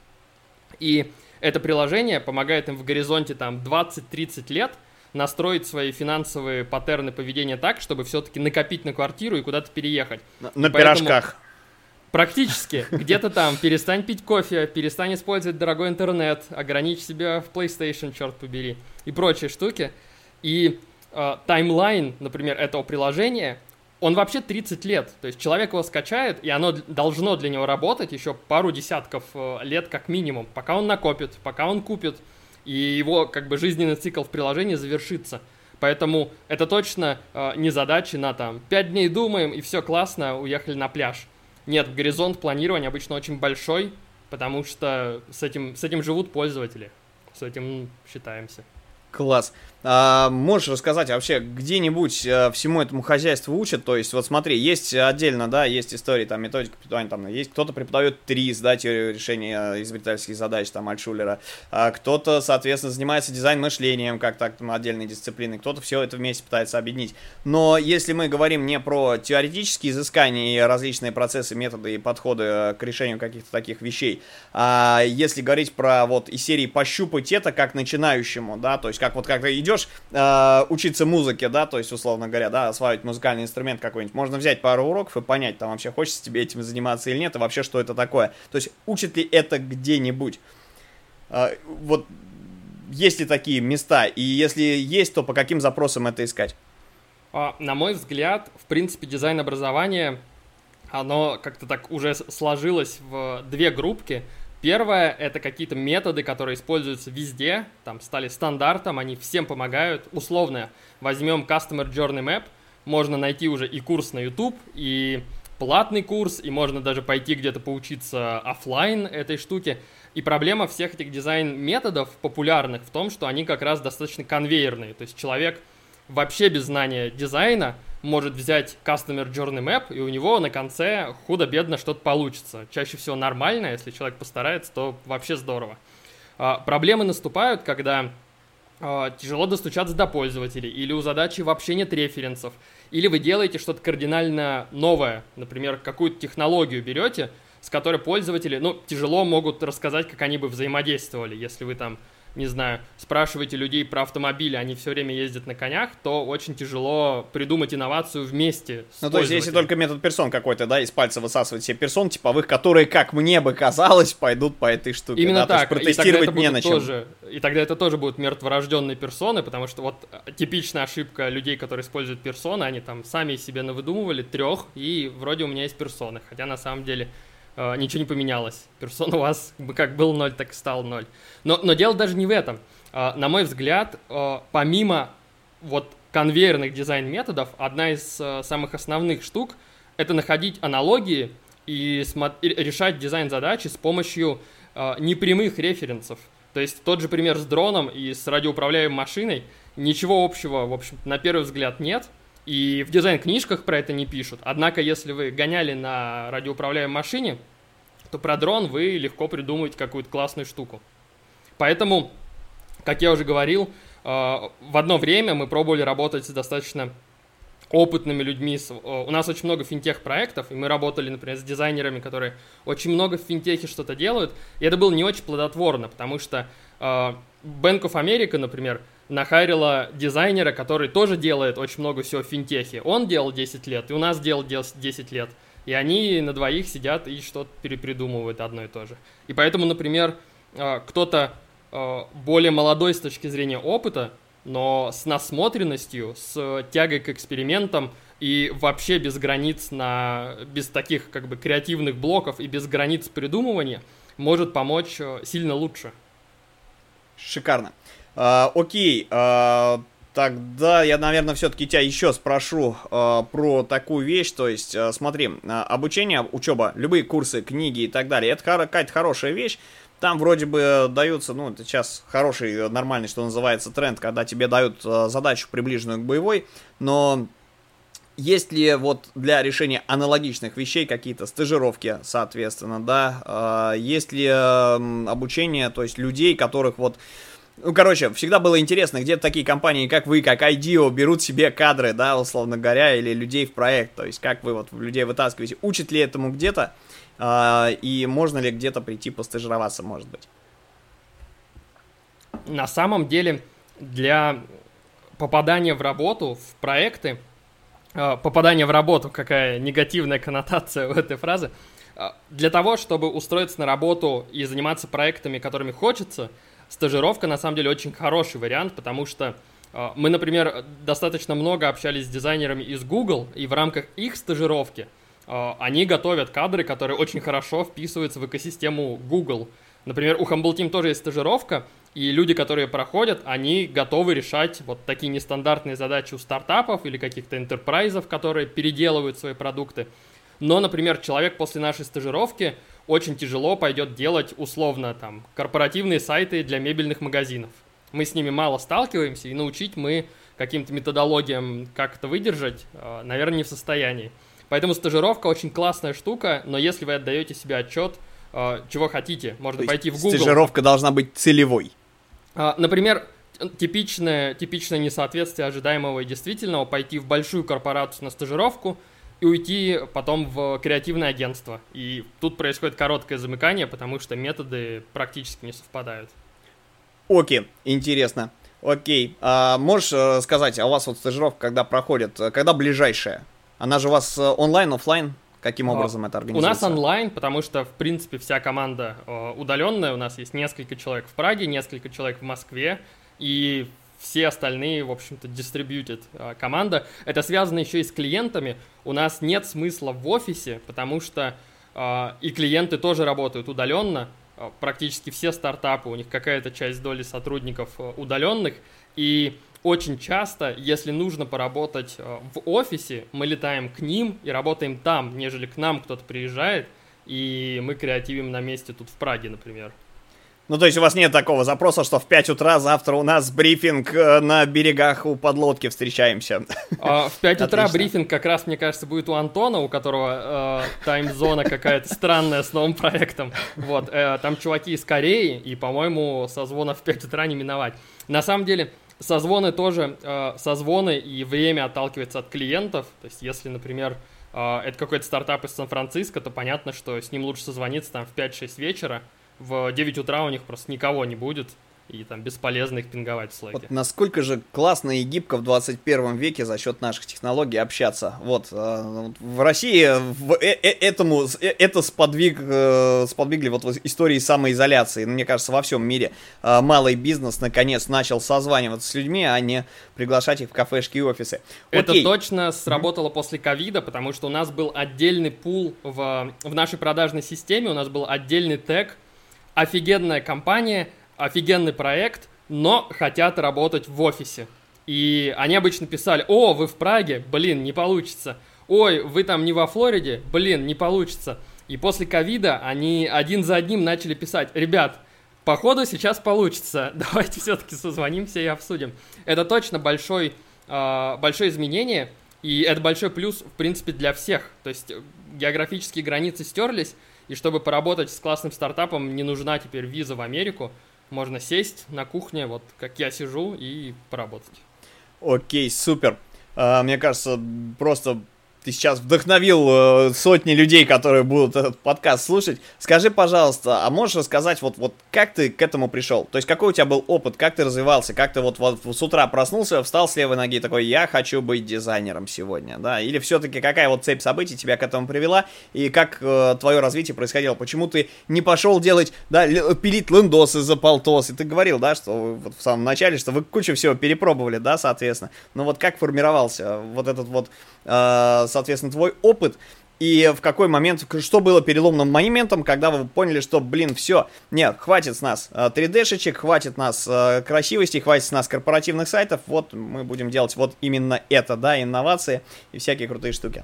и это приложение помогает им в горизонте там 20-30 лет настроить свои финансовые паттерны поведения так, чтобы все-таки накопить на квартиру и куда-то переехать. На пирожках. Практически. Где-то там перестань пить кофе, перестань использовать дорогой интернет, ограничь себя в PlayStation, черт побери, и прочие штуки. И таймлайн, например, этого приложения, он вообще 30 лет. То есть человек его скачает, и оно должно для него работать еще пару десятков лет как минимум, пока он накопит, пока он купит, и его как бы жизненный цикл в приложении завершится. Поэтому это точно не задачи на там 5 дней думаем, и все классно, уехали на пляж. Нет, горизонт планирования обычно очень большой, потому что с этим живут пользователи. С этим считаемся. Класс. Можешь рассказать вообще, где-нибудь всему этому хозяйству учат? То есть, вот смотри, есть отдельно, да, есть истории, там, методика преподавания, там, есть кто-то преподает ТРИЗ, да, теорию решения изобретательских задач, там, Альтшулера, кто-то, соответственно, занимается дизайн-мышлением, как так, там, отдельные дисциплины, кто-то все это вместе пытается объединить. Но если мы говорим не про теоретические изыскания и различные процессы, методы и подходы к решению каких-то таких вещей, а если говорить про вот из серии пощупать это как начинающему, да, то есть как вот как ты идешь учиться музыке, да, то есть, условно говоря, да, осваивать музыкальный инструмент какой-нибудь, можно взять пару уроков и понять, там вообще хочется тебе этим заниматься или нет, и вообще что это такое. То есть учат ли это где-нибудь? Вот есть ли такие места? И если есть, то по каким запросам это искать? На мой взгляд, в принципе, дизайн-образование, оно как-то так уже сложилось в 2 группки. Первое — это какие-то методы, которые используются везде, там стали стандартом, они всем помогают. Условно, возьмем Customer Journey Map, можно найти уже и курс на YouTube, и платный курс, и можно даже пойти где-то поучиться офлайн этой штуке. И проблема всех этих дизайн-методов популярных в том, что они как раз достаточно конвейерные. То есть человек вообще без знания дизайна может взять Customer Journey Map, и у него на конце худо-бедно что-то получится. Чаще всего нормально, если человек постарается, то вообще здорово. Проблемы наступают, когда тяжело достучаться до пользователей, или у задачи вообще нет референсов, или вы делаете что-то кардинально новое, например, какую-то технологию берете, с которой пользователи, тяжело могут рассказать, как они бы взаимодействовали, если вы там не знаю, спрашиваете людей про автомобили, они все время ездят на конях, то очень тяжело придумать инновацию вместе с Ну, то есть, если только метод персон какой-то, да, из пальца высасывать себе персон типовых, которые, как мне бы казалось, пойдут по этой штуке. Именно да? так. То есть, протестировать не на чем. И тогда это тоже будут мертворожденные персоны, потому что вот типичная ошибка людей, которые используют персоны, они там сами себе навыдумывали 3, и вроде у меня есть персоны, хотя на самом деле ничего не поменялось. Персон у вас как был 0, так и стал 0. Но дело даже не в этом. На мой взгляд, помимо вот конвейерных дизайн-методов, одна из самых основных штук — это находить аналогии и решать дизайн-задачи с помощью непрямых референсов. То есть тот же пример с дроном и с радиоуправляемой машиной, ничего общего, в общем, на первый взгляд нет. И в дизайн-книжках про это не пишут. Однако, если вы гоняли на радиоуправляемой машине, то про дрон вы легко придумаете какую-то классную штуку. Поэтому, как я уже говорил, в одно время мы пробовали работать с достаточно опытными людьми. У нас очень много финтех-проектов, и мы работали, например, с дизайнерами, которые очень много в финтехе что-то делают. И это было не очень плодотворно, потому что Bank of America, например, нахайрила дизайнера, который тоже делает очень много всего в финтехе. Он делал 10 лет, и у нас делал 10 лет. И они на двоих сидят и что-то перепридумывают одно и то же. И поэтому, например, кто-то более молодой с точки зрения опыта, но с насмотренностью, с тягой к экспериментам и вообще без границ, без таких как бы креативных блоков и без границ придумывания, может помочь сильно лучше. Шикарно. Окей, тогда я, наверное, все-таки тебя еще спрошу про такую вещь. То есть, смотри, обучение, учеба, любые курсы, книги и так далее, это какая-то хорошая вещь. Там вроде бы даются, ну, это сейчас хороший, нормальный, что называется, тренд, когда тебе дают задачу, приближенную к боевой, но есть ли вот для решения аналогичных вещей какие-то стажировки, соответственно, да, есть ли обучение, то есть людей, которых вот, ну, короче, всегда было интересно, где такие компании, как вы, как IDEO, берут себе кадры, да, условно говоря, или людей в проект, то есть как вы вот людей вытаскиваете, учат ли этому где-то, и можно ли где-то прийти постажироваться, может быть? На самом деле, для попадания в работу, в проекты, попадание в работу, какая негативная коннотация у этой фразы, для того, чтобы устроиться на работу и заниматься проектами, которыми хочется, стажировка на самом деле очень хороший вариант, потому что мы, например, достаточно много общались с дизайнерами из Google, и в рамках их стажировки они готовят кадры, которые очень хорошо вписываются в экосистему Google. Например, у Humble Team тоже есть стажировка, и люди, которые проходят, они готовы решать вот такие нестандартные задачи у стартапов или каких-то энтерпрайзов, которые переделывают свои продукты. Но, например, человек после нашей стажировки очень тяжело пойдет делать условно там корпоративные сайты для мебельных магазинов. Мы с ними мало сталкиваемся, и научить мы каким-то методологиям как это выдержать, наверное, не в состоянии. Поэтому стажировка очень классная штука, но если вы отдаете себе отчет, чего хотите, можно пойти в Google. Стажировка должна быть целевой. Например, типичное несоответствие ожидаемого и действительного — пойти в большую корпорацию на стажировку и уйти потом в креативное агентство. И тут происходит короткое замыкание, потому что методы практически не совпадают. Окей, интересно. Окей, можешь сказать, а у вас вот стажировка когда проходит, когда ближайшая? Она же у вас онлайн, офлайн? Каким образом это организуется? У нас онлайн, потому что, в принципе, вся команда удаленная. У нас есть несколько человек в Праге, несколько человек в Москве, и все остальные, в общем-то, distributed команда. Это связано еще и с клиентами. У нас нет смысла в офисе, потому что и клиенты тоже работают удаленно. Практически все стартапы, у них какая-то часть доли сотрудников удаленных, и очень часто, если нужно поработать в офисе, мы летаем к ним и работаем там, нежели к нам кто-то приезжает, и мы креативим на месте тут в Праге, например. Ну, то есть у вас нет такого запроса, что в 5 утра завтра у нас брифинг на берегах у подлодки встречаемся? В 5 утра брифинг как раз, мне кажется, будет у Антона, у которого таймзона какая-то странная с новым проектом. Вот, там чуваки из Кореи, и, по-моему, созвона в 5 утра не миновать. На самом деле, созвоны и время отталкивается от клиентов. То есть, если, например, это какой-то стартап из Сан-Франциско, то понятно, что с ним лучше созвониться там в 5-6 вечера. В 9 утра у них просто никого не будет, и там бесполезно их пинговать в Slack. Вот насколько же классно и гибко в 21 веке за счет наших технологий общаться. Вот, в России это сподвигли вот истории самоизоляции. Мне кажется, во всем мире малый бизнес наконец начал созваниваться с людьми, а не приглашать их в кафешки и офисы. Это точно сработало после ковида, потому что у нас был отдельный пул в нашей продажной системе, у нас был отдельный тег, офигенная компания, офигенный проект, но хотят работать в офисе. И они обычно писали: о, вы в Праге? Блин, не получится. Ой, вы там не во Флориде? Блин, не получится. И после ковида они один за одним начали писать: ребят, походу сейчас получится, давайте все-таки созвонимся и обсудим. Это точно большое изменение, и это большой плюс, в принципе, для всех. То есть географические границы стерлись, и чтобы поработать с классным стартапом, не нужна теперь виза в Америку. Можно сесть на кухне, вот как я сижу, и поработать. Окей, супер. Мне кажется, просто ты сейчас вдохновил сотни людей, которые будут этот подкаст слушать. Скажи, пожалуйста, а можешь рассказать, вот как ты к этому пришел? То есть какой у тебя был опыт, как ты развивался, как ты вот с утра проснулся, встал с левой ноги и такой: я хочу быть дизайнером сегодня, да? Или все-таки какая вот цепь событий тебя к этому привела, и как твое развитие происходило? Почему ты не пошел делать, да, пилить лендосы за полтос? И ты говорил, да, что вот в самом начале, что вы кучу всего перепробовали, да, соответственно. Но вот как формировался вот этот вот, соответственно, твой опыт, и в какой момент, что было переломным моментом, когда вы поняли, что, блин, все, нет, хватит с нас 3D-шечек, хватит нас красивости, хватит с нас корпоративных сайтов, вот мы будем делать вот именно это, да, инновации и всякие крутые штуки.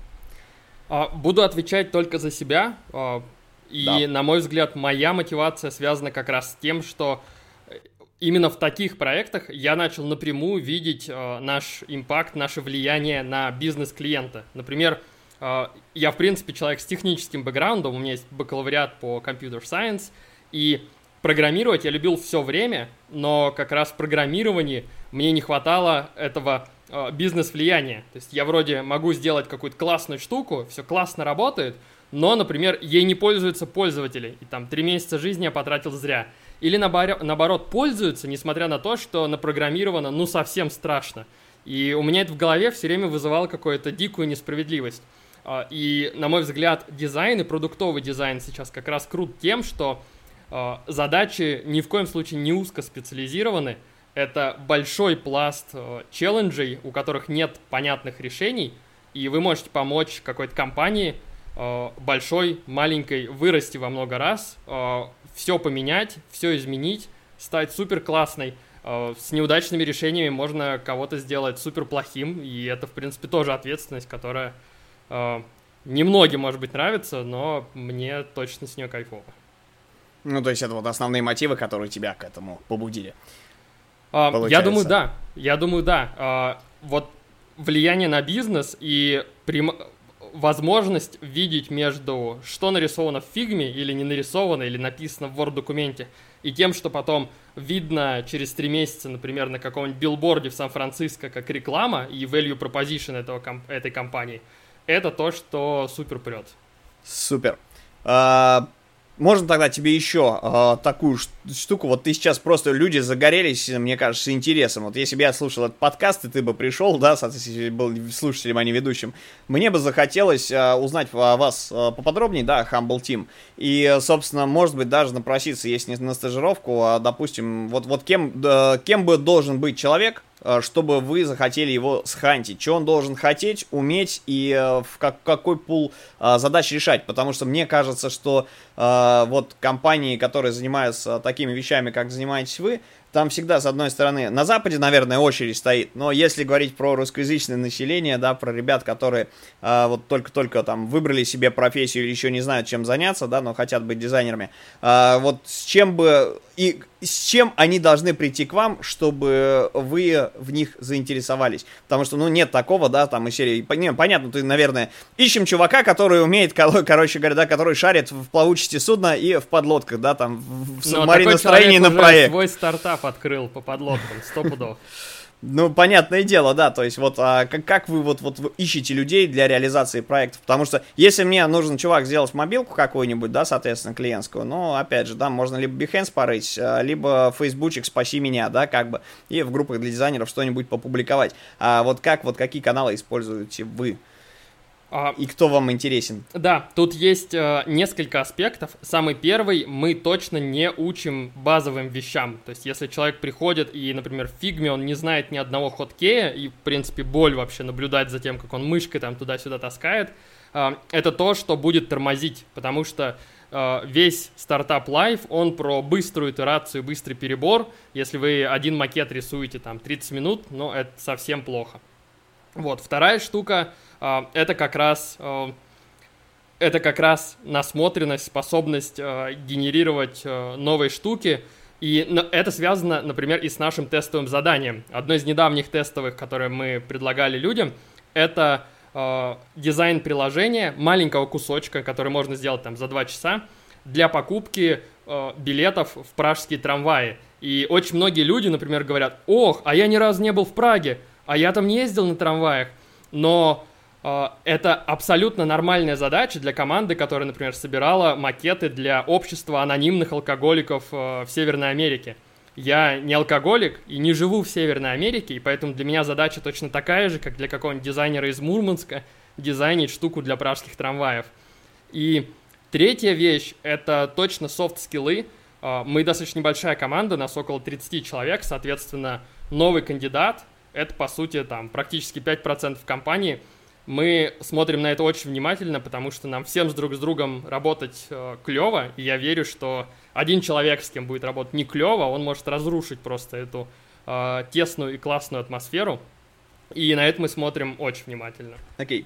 Буду отвечать только за себя, и, да, на мой взгляд, моя мотивация связана как раз с тем, что именно в таких проектах я начал напрямую видеть наш импакт, наше влияние на бизнес клиента. Например, я, в принципе, человек с техническим бэкграундом, у меня есть бакалавриат по Computer Science, и программировать я любил все время, но как раз в программировании мне не хватало этого бизнес-влияния. То есть я вроде могу сделать какую-то классную штуку, все классно работает, но, например, ей не пользуются пользователи, и там 3 месяца жизни я потратил зря. Или наоборот, пользуются, несмотря на то, что напрограммировано, ну, совсем страшно. И у меня это в голове все время вызывало какую-то дикую несправедливость. И, на мой взгляд, дизайн и продуктовый дизайн сейчас как раз крут тем, что задачи ни в коем случае не узкоспециализированы. Это большой пласт челленджей, у которых нет понятных решений, и вы можете помочь какой-то компании большой, маленькой вырасти во много раз, все поменять, все изменить, стать супер классной. С неудачными решениями можно кого-то сделать супер плохим, и это, в принципе, тоже ответственность, которая немногим, может быть, нравится, но мне точно с нее кайфово. Ну, то есть это вот основные мотивы, которые тебя к этому побудили. Я думаю, да. Вот влияние на бизнес и возможность видеть между, что нарисовано в фигме или не нарисовано, или написано в Word-документе, и тем, что потом видно через 3 месяца, например, на каком-нибудь билборде в Сан-Франциско как реклама и value proposition этой компании, это то, что супер прет. Супер. Можно тогда тебе еще такую штуку, вот ты сейчас просто, люди загорелись, мне кажется, интересом. Вот если бы я слушал этот подкаст, и ты бы пришел, да, соответственно, был слушателем, а не ведущим, мне бы захотелось узнать о вас поподробнее, да, Humble Team. И, собственно, может быть, даже напроситься, если не на стажировку, а, допустим, вот кем бы должен быть человек, чтобы вы захотели его схантить, что он должен хотеть, уметь и в какой пул задач решать, потому что мне кажется, что вот компании, которые занимаются такими вещами, как занимаетесь вы, там всегда, с одной стороны, на Западе, наверное, очередь стоит, но если говорить про русскоязычное население, да, про ребят, которые вот только-только там выбрали себе профессию или еще не знают, чем заняться, да, но хотят быть дизайнерами, вот с чем они должны прийти к вам, чтобы вы в них заинтересовались? Потому что, ну, нет такого, да, там из серии, понятно, ты, наверное, ищем чувака, который умеет, короче говоря, да, который шарит в плавучести судна и в подлодках, да, там, в субмариностроении на проект. Свой стартап открыл по подлодкам, 100 пудов. Ну, понятное дело, да, то есть вот как вы вот вы ищете людей для реализации проектов, потому что если мне нужен чувак сделать мобилку какую-нибудь, да, соответственно, клиентскую, ну, опять же, да, можно либо Behance порыть, либо Фейсбучик «Спаси меня», да, как бы, и в группах для дизайнеров что-нибудь попубликовать. А вот какие каналы используете вы? И кто вам интересен? Да, тут есть несколько аспектов. Самый первый, мы точно не учим базовым вещам. То есть, если человек приходит и, например, в Figma он не знает ни одного хоткея, и, в принципе, боль вообще наблюдать за тем, как он мышкой там туда-сюда таскает, это то, что будет тормозить, потому что весь стартап Life, он про быструю итерацию, быстрый перебор. Если вы один макет рисуете там 30 минут, ну, это совсем плохо. Вот, вторая штука, это как раз насмотренность, способность генерировать новые штуки. И это связано, например, и с нашим тестовым заданием. Одно из недавних тестовых, которые мы предлагали людям, это дизайн приложения, маленького кусочка, который можно сделать там за 2 часа, для покупки билетов в пражские трамваи. И очень многие люди, например, говорят: ох, а я ни разу не был в Праге, а я там не ездил на трамваях. Но это абсолютно нормальная задача для команды, которая, например, собирала макеты для общества анонимных алкоголиков в Северной Америке. Я не алкоголик и не живу в Северной Америке, и поэтому для меня задача точно такая же, как для какого-нибудь дизайнера из Мурманска дизайнить штуку для пражских трамваев. И третья вещь — это точно софт-скиллы. Мы достаточно небольшая команда, нас около 30 человек, соответственно, новый кандидат — это, по сути, там практически 5% компании. Мы смотрим на это очень внимательно, потому что нам всем друг с другом работать клево, и я верю, что один человек, с кем будет работать не клево, он может разрушить просто эту тесную и классную атмосферу, и на это мы смотрим очень внимательно.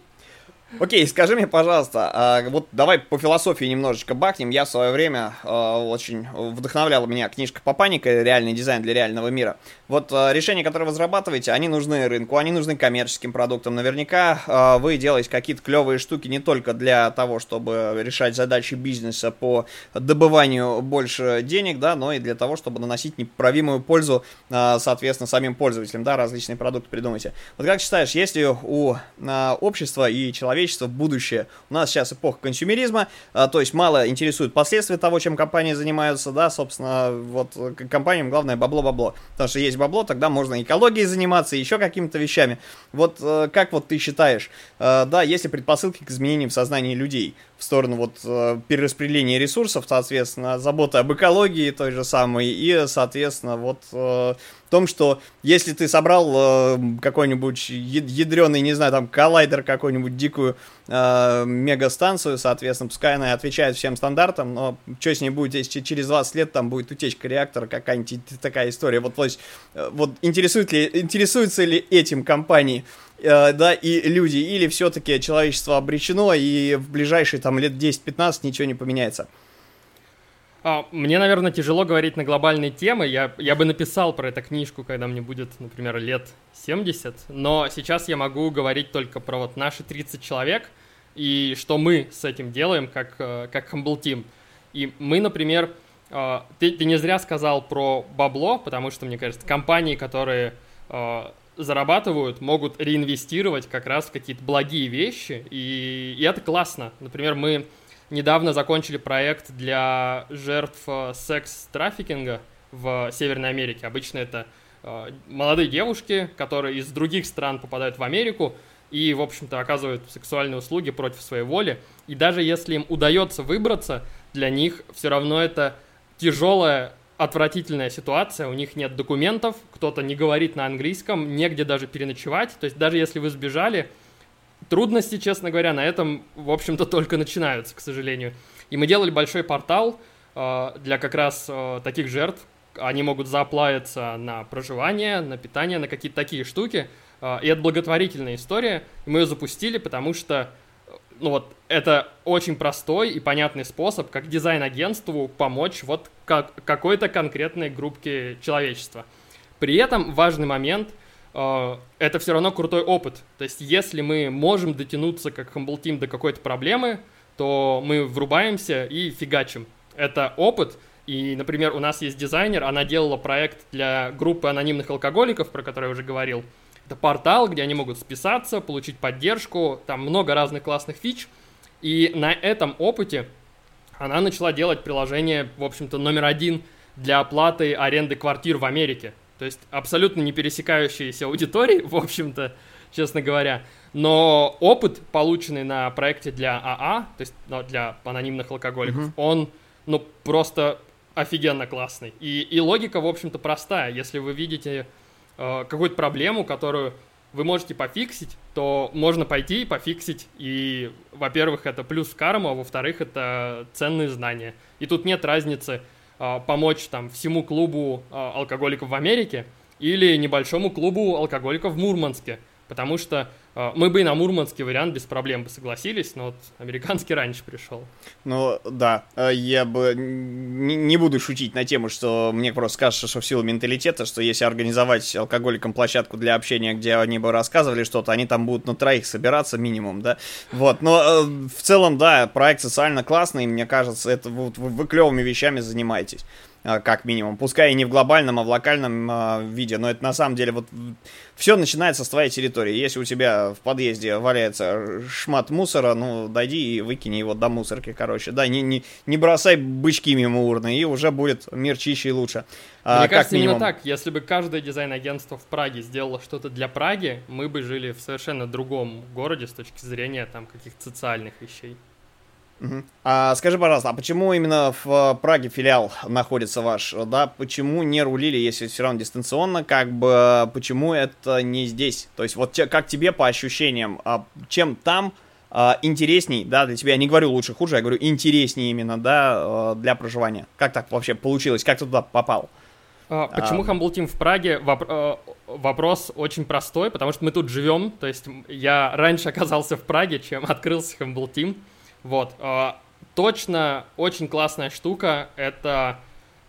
Окей, скажи мне, пожалуйста, вот давай по философии немножечко бахнем. Я в свое время очень вдохновляла меня книжка Папаника «Реальный дизайн для реального мира». Вот решения, которые вы разрабатываете, они нужны рынку, они нужны коммерческим продуктам. Наверняка вы делаете какие-то клевые штуки не только для того, чтобы решать задачи бизнеса по добыванию больше денег, да, но и для того, чтобы наносить непоправимую пользу, соответственно, самим пользователям, да, различные продукты придумайте. Вот как считаешь, если у общества и человечества в будущее. У нас сейчас эпоха консюмеризма, то есть мало интересует последствия того, чем компании занимаются, да, собственно, вот компаниям главное бабло-бабло, потому что есть бабло, тогда можно экологией заниматься, еще какими-то вещами. Вот как вот ты считаешь, да, есть ли предпосылки к изменениям в сознании людей в сторону вот перераспределения ресурсов, соответственно, заботы об экологии той же самой и, соответственно, вот в том, что если ты собрал какой-нибудь ядреный, не знаю, там, коллайдер, какую-нибудь дикую мегастанцию, соответственно, пускай она отвечает всем стандартам, но что с ней будет, если через 20 лет там будет утечка реактора, какая-нибудь такая история. Вот, то есть, вот интересуются ли этим компании, да, и люди, или все-таки человечество обречено, и в ближайшие там лет 10-15 ничего не поменяется? Мне, наверное, тяжело говорить на глобальные темы. Я бы написал про эту книжку, когда мне будет, например, лет 70. Но сейчас я могу говорить только про вот наши 30 человек и что мы с этим делаем, как Humble Team. И мы, например, ты не зря сказал про бабло, потому что, мне кажется, компании, которые зарабатывают, могут реинвестировать как раз в какие-то благие вещи. И это классно. Например, мы недавно закончили проект для жертв секс-трафикинга в Северной Америке. Обычно это молодые девушки, которые из других стран попадают в Америку и, в общем-то, оказывают сексуальные услуги против своей воли. И даже если им удается выбраться, для них все равно это тяжелая, отвратительная ситуация. У них нет документов, кто-то не говорит на английском, негде даже переночевать. То есть даже если вы сбежали, трудности, честно говоря, на этом, в общем-то, только начинаются, к сожалению. И мы делали большой портал для как раз таких жертв. Они могут зааплавиться на проживание, на питание, на какие-то такие штуки. И это благотворительная история. И мы ее запустили, потому что это очень простой и понятный способ, как дизайн-агентству помочь вот какой-то конкретной группке человечества. При этом важный момент — это все равно крутой опыт. То есть, если мы можем дотянуться как Humble Team до какой-то проблемы, то мы врубаемся и фигачим. Это опыт, И, например, у нас есть дизайнер, она делала проект для группы анонимных алкоголиков, про который я уже говорил. Это портал, где они могут списаться, получить поддержку, там много разных классных фич. И на этом опыте она начала делать приложение, в общем-то, номер 1 для оплаты аренды квартир в Америке. То есть абсолютно не пересекающиеся аудитории, в общем-то, честно говоря. Но опыт, полученный на проекте для АА, то есть для анонимных алкоголиков, он, просто офигенно классный. И логика, в общем-то, простая. Если вы видите какую-то проблему, которую вы можете пофиксить, то можно пойти и пофиксить. И, во-первых, это плюс в карму, а во-вторых, это ценные знания. И тут нет разницы помочь там всему клубу алкоголиков в Америке или небольшому клубу алкоголиков в Мурманске. Потому что мы бы и на мурманский вариант без проблем бы согласились, но вот американский раньше пришел. Ну, да, я бы не буду шутить на тему, что мне просто кажется, что в силу менталитета, что если организовать алкоголикам площадку для общения, где они бы рассказывали что-то, они там будут на троих собираться минимум, да, вот, но в целом, да, проект социально классный, мне кажется, это вы клевыми вещами занимаетесь. Как минимум. Пускай и не в глобальном, а в локальном виде, но это на самом деле вот все начинается с твоей территории. Если у тебя в подъезде валяется шмат мусора, ну, дойди и выкини его до мусорки, короче. Да, не бросай бычки мимо урны, и уже будет мир чище и лучше. Мне кажется, именно так. Если бы каждое дизайн-агентство в Праге сделало что-то для Праги, мы бы жили в совершенно другом городе с точки зрения там каких-то социальных вещей. Угу. Скажи, пожалуйста, а почему именно в Праге филиал находится ваш, да? Почему не рулили, если все равно дистанционно, как бы, почему это не здесь? То есть вот как тебе по ощущениям, чем там интересней, да, для тебя, я не говорю лучше, хуже, я говорю интереснее именно, да, для проживания? Как так вообще получилось, как ты туда попал? Почему Humble Team в Праге? Вопрос очень простой, потому что мы тут живем, то есть я раньше оказался в Праге, чем открылся Humble Team. Вот, точно очень классная штука, это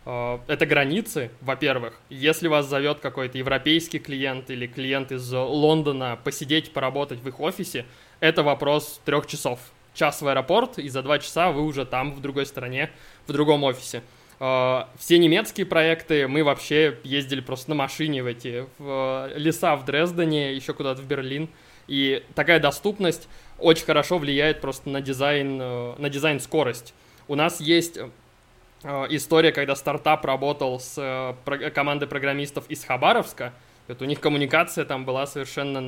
границы, во-первых. Если вас зовет какой-то европейский клиент или клиент из Лондона посидеть, поработать в их офисе, это вопрос 3 часов. Час в аэропорт, и за 2 часа вы уже там, в другой стране, в другом офисе. Все немецкие проекты, мы вообще ездили просто на машине в леса в Дрездене, еще куда-то в Берлин. И такая доступность очень хорошо влияет просто на дизайн скорость. У нас есть история, когда стартап работал с командой программистов из Хабаровска. Это у них коммуникация там была совершенно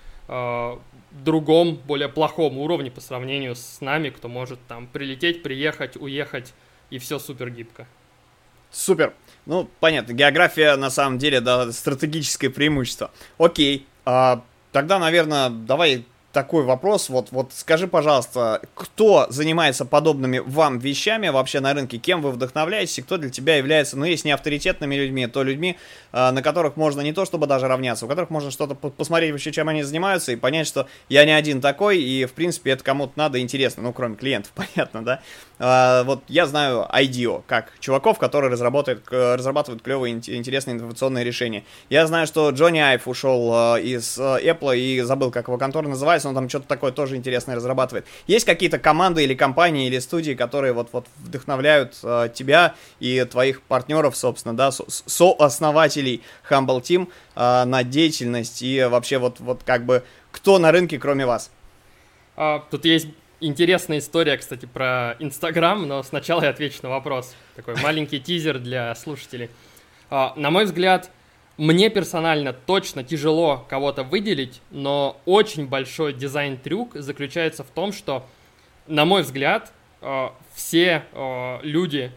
на другом, более плохом уровне по сравнению с нами, кто может там прилететь, приехать, уехать, и все супер гибко. Супер. Ну, понятно, география на самом деле, да, стратегическое преимущество. Окей, тогда, наверное, давай такой вопрос. Вот скажи, пожалуйста, кто занимается подобными вам вещами вообще на рынке? Кем вы вдохновляетесь и кто для тебя является, ну, если не авторитетными людьми, то людьми, на которых можно не то чтобы даже равняться, у которых можно что-то посмотреть вообще, чем они занимаются, и понять, что я не один такой, и, в принципе, это кому-то надо интересно, ну, кроме клиентов, понятно, да? Вот я знаю IDEO, как чуваков, которые разрабатывают клевые, интересные инновационные решения. Я знаю, что Джонни Айв ушел из Apple и забыл, как его контора называется, он там что-то такое тоже интересное разрабатывает. Есть какие-то команды или компании или студии, которые вот вдохновляют тебя и твоих партнеров, собственно, да, сооснователей Humble Team на деятельность и вообще вот как бы кто на рынке, кроме вас? Тут есть интересная история, кстати, про Инстаграм, но сначала я отвечу на вопрос. Такой маленький тизер для слушателей. На мой взгляд, мне персонально точно тяжело кого-то выделить, но очень большой дизайн-трюк заключается в том, что, на мой взгляд, все люди,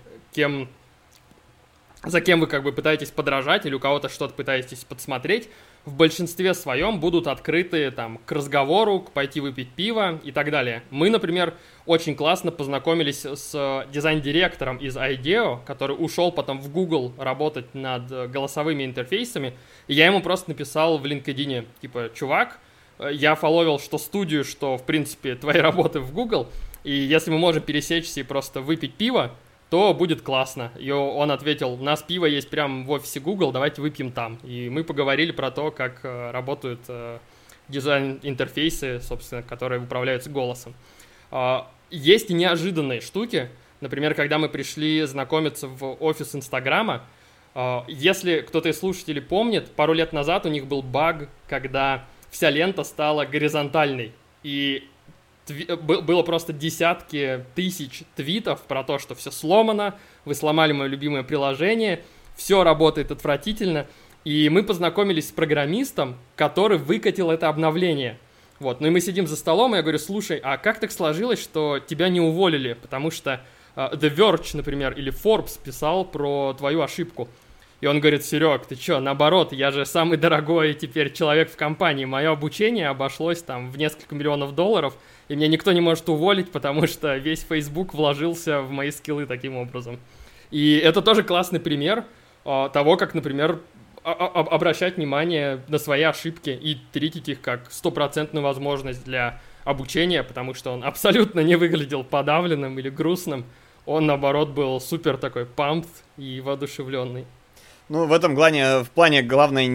за кем вы как бы пытаетесь подражать или у кого-то что-то пытаетесь подсмотреть, в большинстве своем будут открыты там, к разговору, к пойти выпить пиво и так далее. Мы, например, очень классно познакомились с дизайн-директором из IDEO, который ушел потом в Google работать над голосовыми интерфейсами, и я ему просто написал в LinkedIn, типа, чувак, я фолловил что студию, что, в принципе, твои работы в Google, и если мы можем пересечься и просто выпить пиво, то будет классно. И он ответил, у нас пиво есть прямо в офисе Google, давайте выпьем там. И мы поговорили про то, как работают дизайн-интерфейсы, собственно, которые управляются голосом. Есть и неожиданные штуки. Например, когда мы пришли знакомиться в офис Инстаграма, если кто-то из слушателей помнит, пару лет назад у них был баг, когда вся лента стала горизонтальной. И было просто десятки тысяч твитов про то, что все сломано, вы сломали мое любимое приложение, все работает отвратительно. И мы познакомились с программистом, который выкатил это обновление. Вот. Ну и мы сидим за столом, и я говорю: слушай, а как так сложилось, что тебя не уволили? Потому что The Verge, например, или Forbes писал про твою ошибку. И он говорит: Серег, ты чё, наоборот, я же самый дорогой теперь человек в компании, мое обучение обошлось там в несколько миллионов долларов, и меня никто не может уволить, потому что весь Facebook вложился в мои скиллы таким образом. И это тоже классный пример того, как, например, обращать внимание на свои ошибки и третить их как стопроцентную возможность для обучения, потому что он абсолютно не выглядел подавленным или грустным, он, наоборот, был супер такой pumped и воодушевленный. Ну, в этом плане главное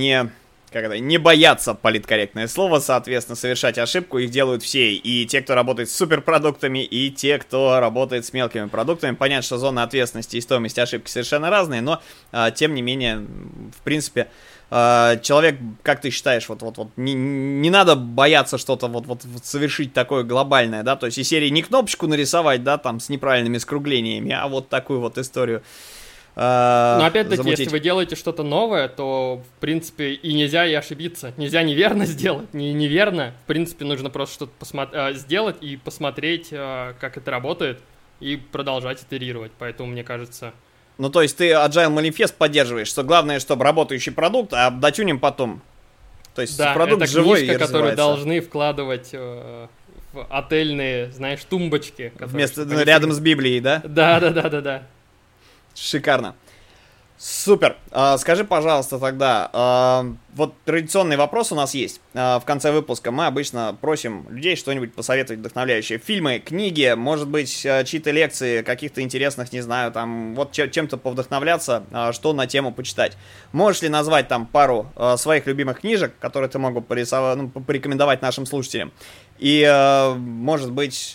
не бояться, политкорректное слово, соответственно, совершать ошибку. Их делают все, и те, кто работает с суперпродуктами, и те, кто работает с мелкими продуктами. Понятно, что зона ответственности и стоимость ошибки совершенно разные, но, тем не менее, в принципе, человек, как ты считаешь, не надо бояться что-то совершить такое глобальное, да, то есть из серии не кнопочку нарисовать, да, там, с неправильными скруглениями, а вот такую вот историю. Но опять-таки, если вы делаете что-то новое, то, в принципе, и нельзя и ошибиться. Нельзя неверно сделать, неверно. В принципе, нужно просто что-то сделать и посмотреть, как это работает, и продолжать итерировать. Поэтому, мне кажется... Ну, то есть ты Agile Manifest поддерживаешь, что главное, чтобы работающий продукт, а дотюним потом. То есть да, продукт это живой книжка, и которую должны вкладывать в отельные, знаешь, тумбочки. Вместо, рядом с Библией, да? Да. Шикарно. Супер. Скажи, пожалуйста, тогда, вот традиционный вопрос у нас есть. В конце выпуска мы обычно просим людей что-нибудь посоветовать вдохновляющее. Фильмы, книги, может быть, чьи-то лекции, каких-то интересных, не знаю, там, вот чем-то повдохновляться, что на тему почитать. Можешь ли назвать там пару своих любимых книжек, которые ты мог бы порекомендовать нашим слушателям? И, может быть,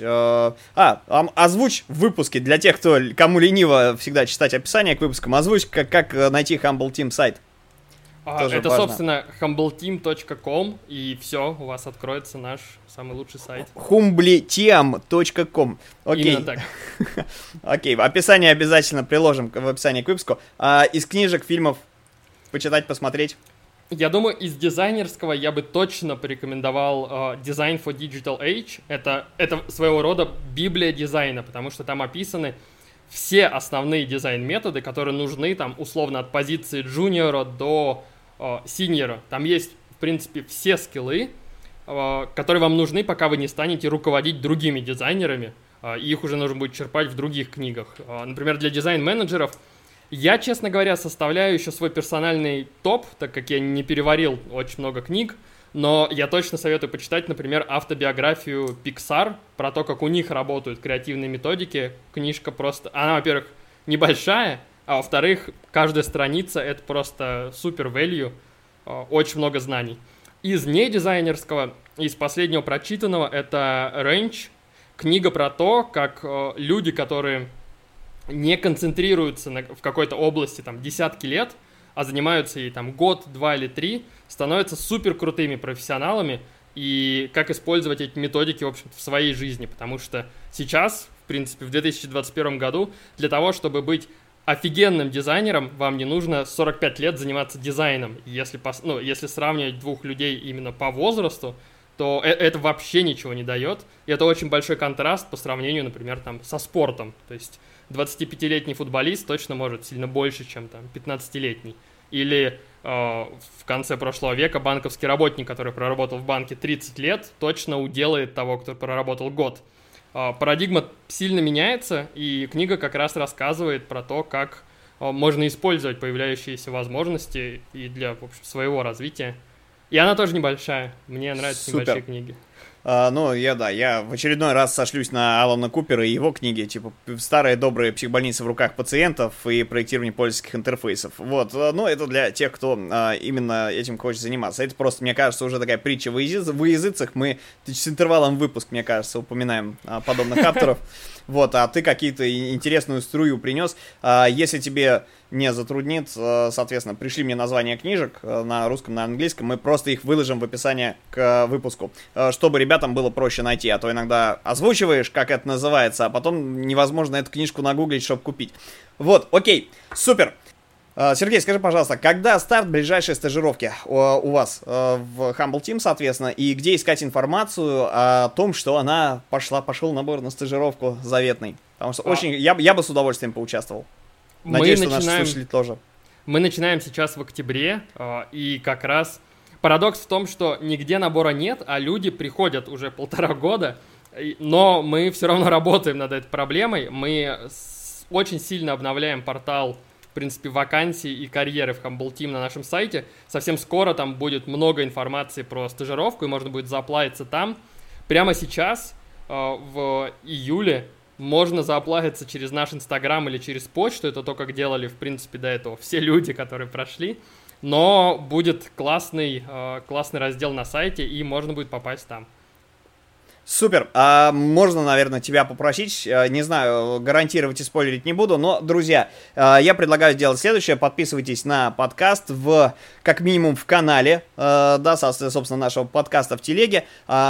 озвучь в выпуске для тех, кому лениво всегда читать описание к выпускам, озвучь, как найти Humble Team сайт. Это, важно. Собственно, humbleteam.com, и все, у вас откроется наш самый лучший сайт. humbleteam.com. Окей. Именно так. Окей, описание обязательно приложим в описании к выпуску. Из книжек, фильмов почитать, посмотреть? Я думаю, из дизайнерского я бы точно порекомендовал Design for Digital Age. Это своего рода библия дизайна, потому что там описаны все основные дизайн-методы, которые нужны там условно от позиции джуниора до синьора. Там есть, в принципе, все скиллы, которые вам нужны, пока вы не станете руководить другими дизайнерами. И их уже нужно будет черпать в других книгах. Например, для дизайн-менеджеров я, честно говоря, составляю еще свой персональный топ, так как я не переварил очень много книг, но я точно советую почитать, например, автобиографию Pixar, про то, как у них работают креативные методики. Книжка просто, она, во-первых, небольшая, а во-вторых, каждая страница — это просто супер value, очень много знаний. Из недизайнерского, из последнего прочитанного, это Range, книга про то, как люди, которые не концентрируются в какой-то области там десятки лет, а занимаются ей там год, 2 или 3, становятся супер крутыми профессионалами, и как использовать эти методики, в общем-то, в своей жизни, потому что сейчас, в принципе, в 2021 году для того, чтобы быть офигенным дизайнером, вам не нужно 45 лет заниматься дизайном. Если сравнивать двух людей именно по возрасту, то это вообще ничего не дает, и это очень большой контраст по сравнению, например, там, со спортом, то есть 25-летний футболист точно может сильно больше, чем там 15-летний. Или в конце прошлого века банковский работник, который проработал в банке 30 лет, точно уделает того, кто проработал год. Парадигма сильно меняется, и книга как раз рассказывает про то, как можно использовать появляющиеся возможности и для, в общем, своего развития. И она тоже небольшая. Мне нравятся небольшие книги. Я в очередной раз сошлюсь на Алана Купера и его книги, типа «Старые добрые психбольницы в руках пациентов» и «Проектирование пользовательских интерфейсов». Вот, это для тех, кто именно этим хочет заниматься. Это просто, мне кажется, уже такая притча во языцах. Мы с интервалом в выпуск, мне кажется, упоминаем подобных авторов. вот, а ты какие-то интересную струю принес. Если тебе не затруднит, соответственно, пришли мне названия книжек на русском, на английском, мы просто их выложим в описании к выпуску, чтобы ребятам было проще найти, а то иногда озвучиваешь, как это называется, а потом невозможно эту книжку нагуглить, чтобы купить. Вот, окей, супер. Сергей, скажи, пожалуйста, когда старт ближайшей стажировки у вас в Humble Team, соответственно, и где искать информацию о том, что пошел набор на стажировку заветный? Потому что я бы с удовольствием поучаствовал. Надеюсь, что наши слушатели тоже. Мы начинаем сейчас в октябре, и как раз парадокс в том, что нигде набора нет, а люди приходят уже 1,5 года, но мы все равно работаем над этой проблемой. Мы очень сильно обновляем портал, в принципе, вакансий и карьеры в Humble Team на нашем сайте. Совсем скоро там будет много информации про стажировку, и можно будет зааплавиться там. Прямо сейчас, в июле, можно зааплавиться через наш Инстаграм или через почту. Это то, как делали, в принципе, до этого все люди, которые прошли. Но будет классный раздел на сайте, и можно будет попасть там. Супер. Можно, наверное, тебя попросить, не знаю, гарантировать и спойлерить не буду, но, друзья, я предлагаю сделать следующее. Подписывайтесь на подкаст как минимум в канале, да, собственно, нашего подкаста в телеге.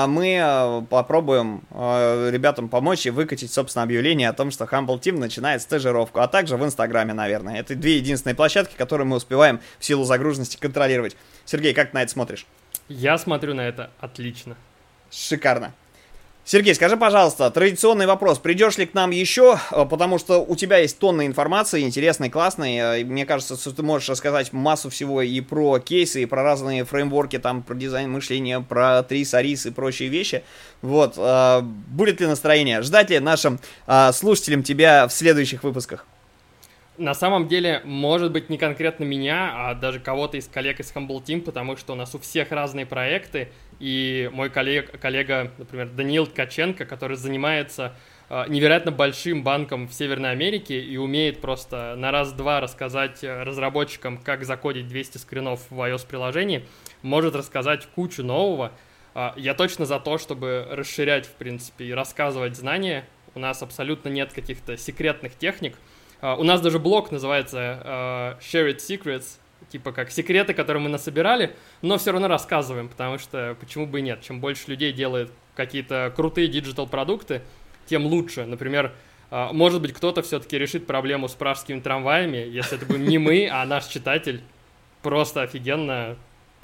Мы попробуем ребятам помочь и выкатить, собственно, объявление о том, что Humble Team начинает стажировку, а также в Инстаграме, наверное. Это 2 единственные площадки, которые мы успеваем в силу загруженности контролировать. Сергей, как ты на это смотришь? Я смотрю на это отлично. Шикарно. Сергей, скажи, пожалуйста, традиционный вопрос. Придешь ли к нам еще? Потому что у тебя есть тонна информации, интересной, классной. Мне кажется, что ты можешь рассказать массу всего и про кейсы, и про разные фреймворки, там, про дизайн мышления, про трис, арис и прочие вещи. Вот. Будет ли настроение? Ждать ли нашим слушателям тебя в следующих выпусках? На самом деле, может быть, не конкретно меня, а даже кого-то из коллег из Humble Team, потому что у нас у всех разные проекты, и мой коллега, например, Даниил Ткаченко, который занимается невероятно большим банком в Северной Америке и умеет просто на раз-два рассказать разработчикам, как закодить 200 скринов в iOS-приложении, может рассказать кучу нового. Я точно за то, чтобы расширять, в принципе, и рассказывать знания. У нас абсолютно нет каких-то секретных техник. У нас даже блог называется Shared Secrets, типа как секреты, которые мы насобирали, но все равно рассказываем, потому что почему бы и нет. Чем больше людей делает какие-то крутые диджитал-продукты, тем лучше. Например, может быть, кто-то все-таки решит проблему с пражскими трамваями, если это будем не мы, а наш читатель. Просто офигенно.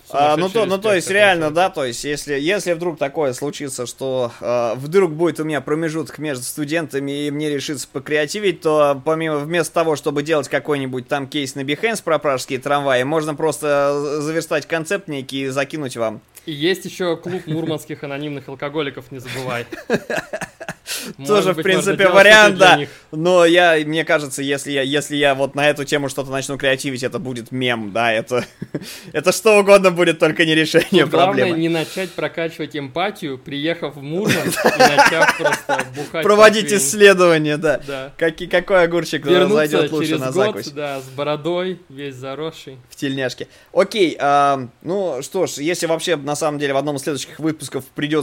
То есть реально, да, то есть если вдруг такое случится, что вдруг будет у меня промежуток между студентами и мне решится покреативить, то вместо того, чтобы делать какой-нибудь там кейс на Behance про пражские трамваи, можно просто заверстать концепт некий и закинуть вам. И есть еще клуб мурманских анонимных алкоголиков, не забывай. Тоже, в принципе, вариант, да. Но мне кажется, если я вот на эту тему что-то начну креативить, это будет мем, да, это что угодно будет, только не решение проблемы. Главное не начать прокачивать эмпатию, приехав в Мурманск и начав просто бухать. Проводить исследования, да. Какой огурчик зайдет лучше на закусь. Вернуться, да, с бородой, весь заросший. В тельняшке. Окей, ну что ж, если вообще, на самом деле, в одном из следующих выпусков придет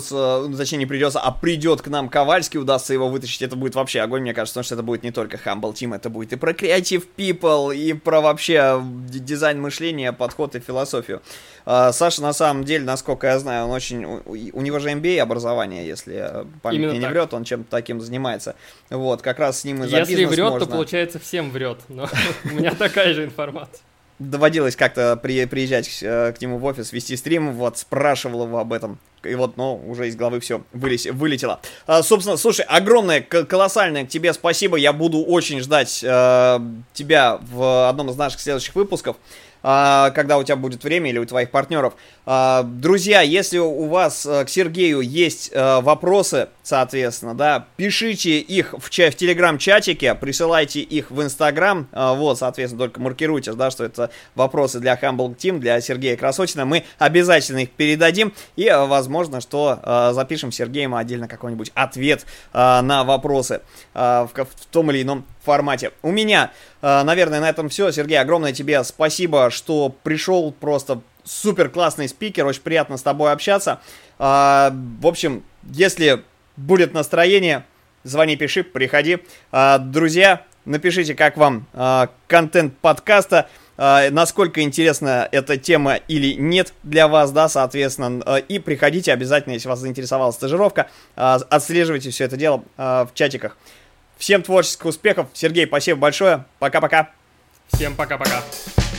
к нам Ковальский, удастся его вытащить, это будет вообще огонь, мне кажется, потому что это будет не только Humble Team, это будет и про Creative People, и про вообще дизайн мышления, подход и философию. Саша, на самом деле, насколько я знаю, у него же MBA образование, если память мне не врет, он чем-то таким занимается. Вот, как раз с ним и за бизнес можно. Если врет, то, получается, всем врет, но у меня такая же информация. Доводилось как-то приезжать к нему в офис, вести стрим, вот, спрашивал его об этом. И вот, уже из головы все вылетело. Собственно, слушай, огромное, колоссальное к тебе спасибо. Я буду очень ждать тебя в одном из наших следующих выпусков, когда у тебя будет время или у твоих партнеров. Друзья, если у вас к Сергею есть вопросы, соответственно, да, пишите их в телеграм-чатике, присылайте их в Инстаграм, вот, соответственно, только маркируйте, да, что это вопросы для Humble Team, для Сергея Красотина, мы обязательно их передадим, и, возможно, что запишем Сергеем отдельно какой-нибудь ответ на вопросы в том или ином формате. У меня, наверное, на этом все. Сергей, огромное тебе спасибо, что пришел, просто супер классный спикер, очень приятно с тобой общаться. В общем, если будет настроение, звони, пиши, приходи. Друзья, напишите, как вам контент подкаста, насколько интересна эта тема или нет для вас, да, соответственно. И приходите обязательно, если вас заинтересовала стажировка, отслеживайте все это дело в чатиках. Всем творческих успехов. Сергей, спасибо большое. Пока-пока. Всем пока-пока.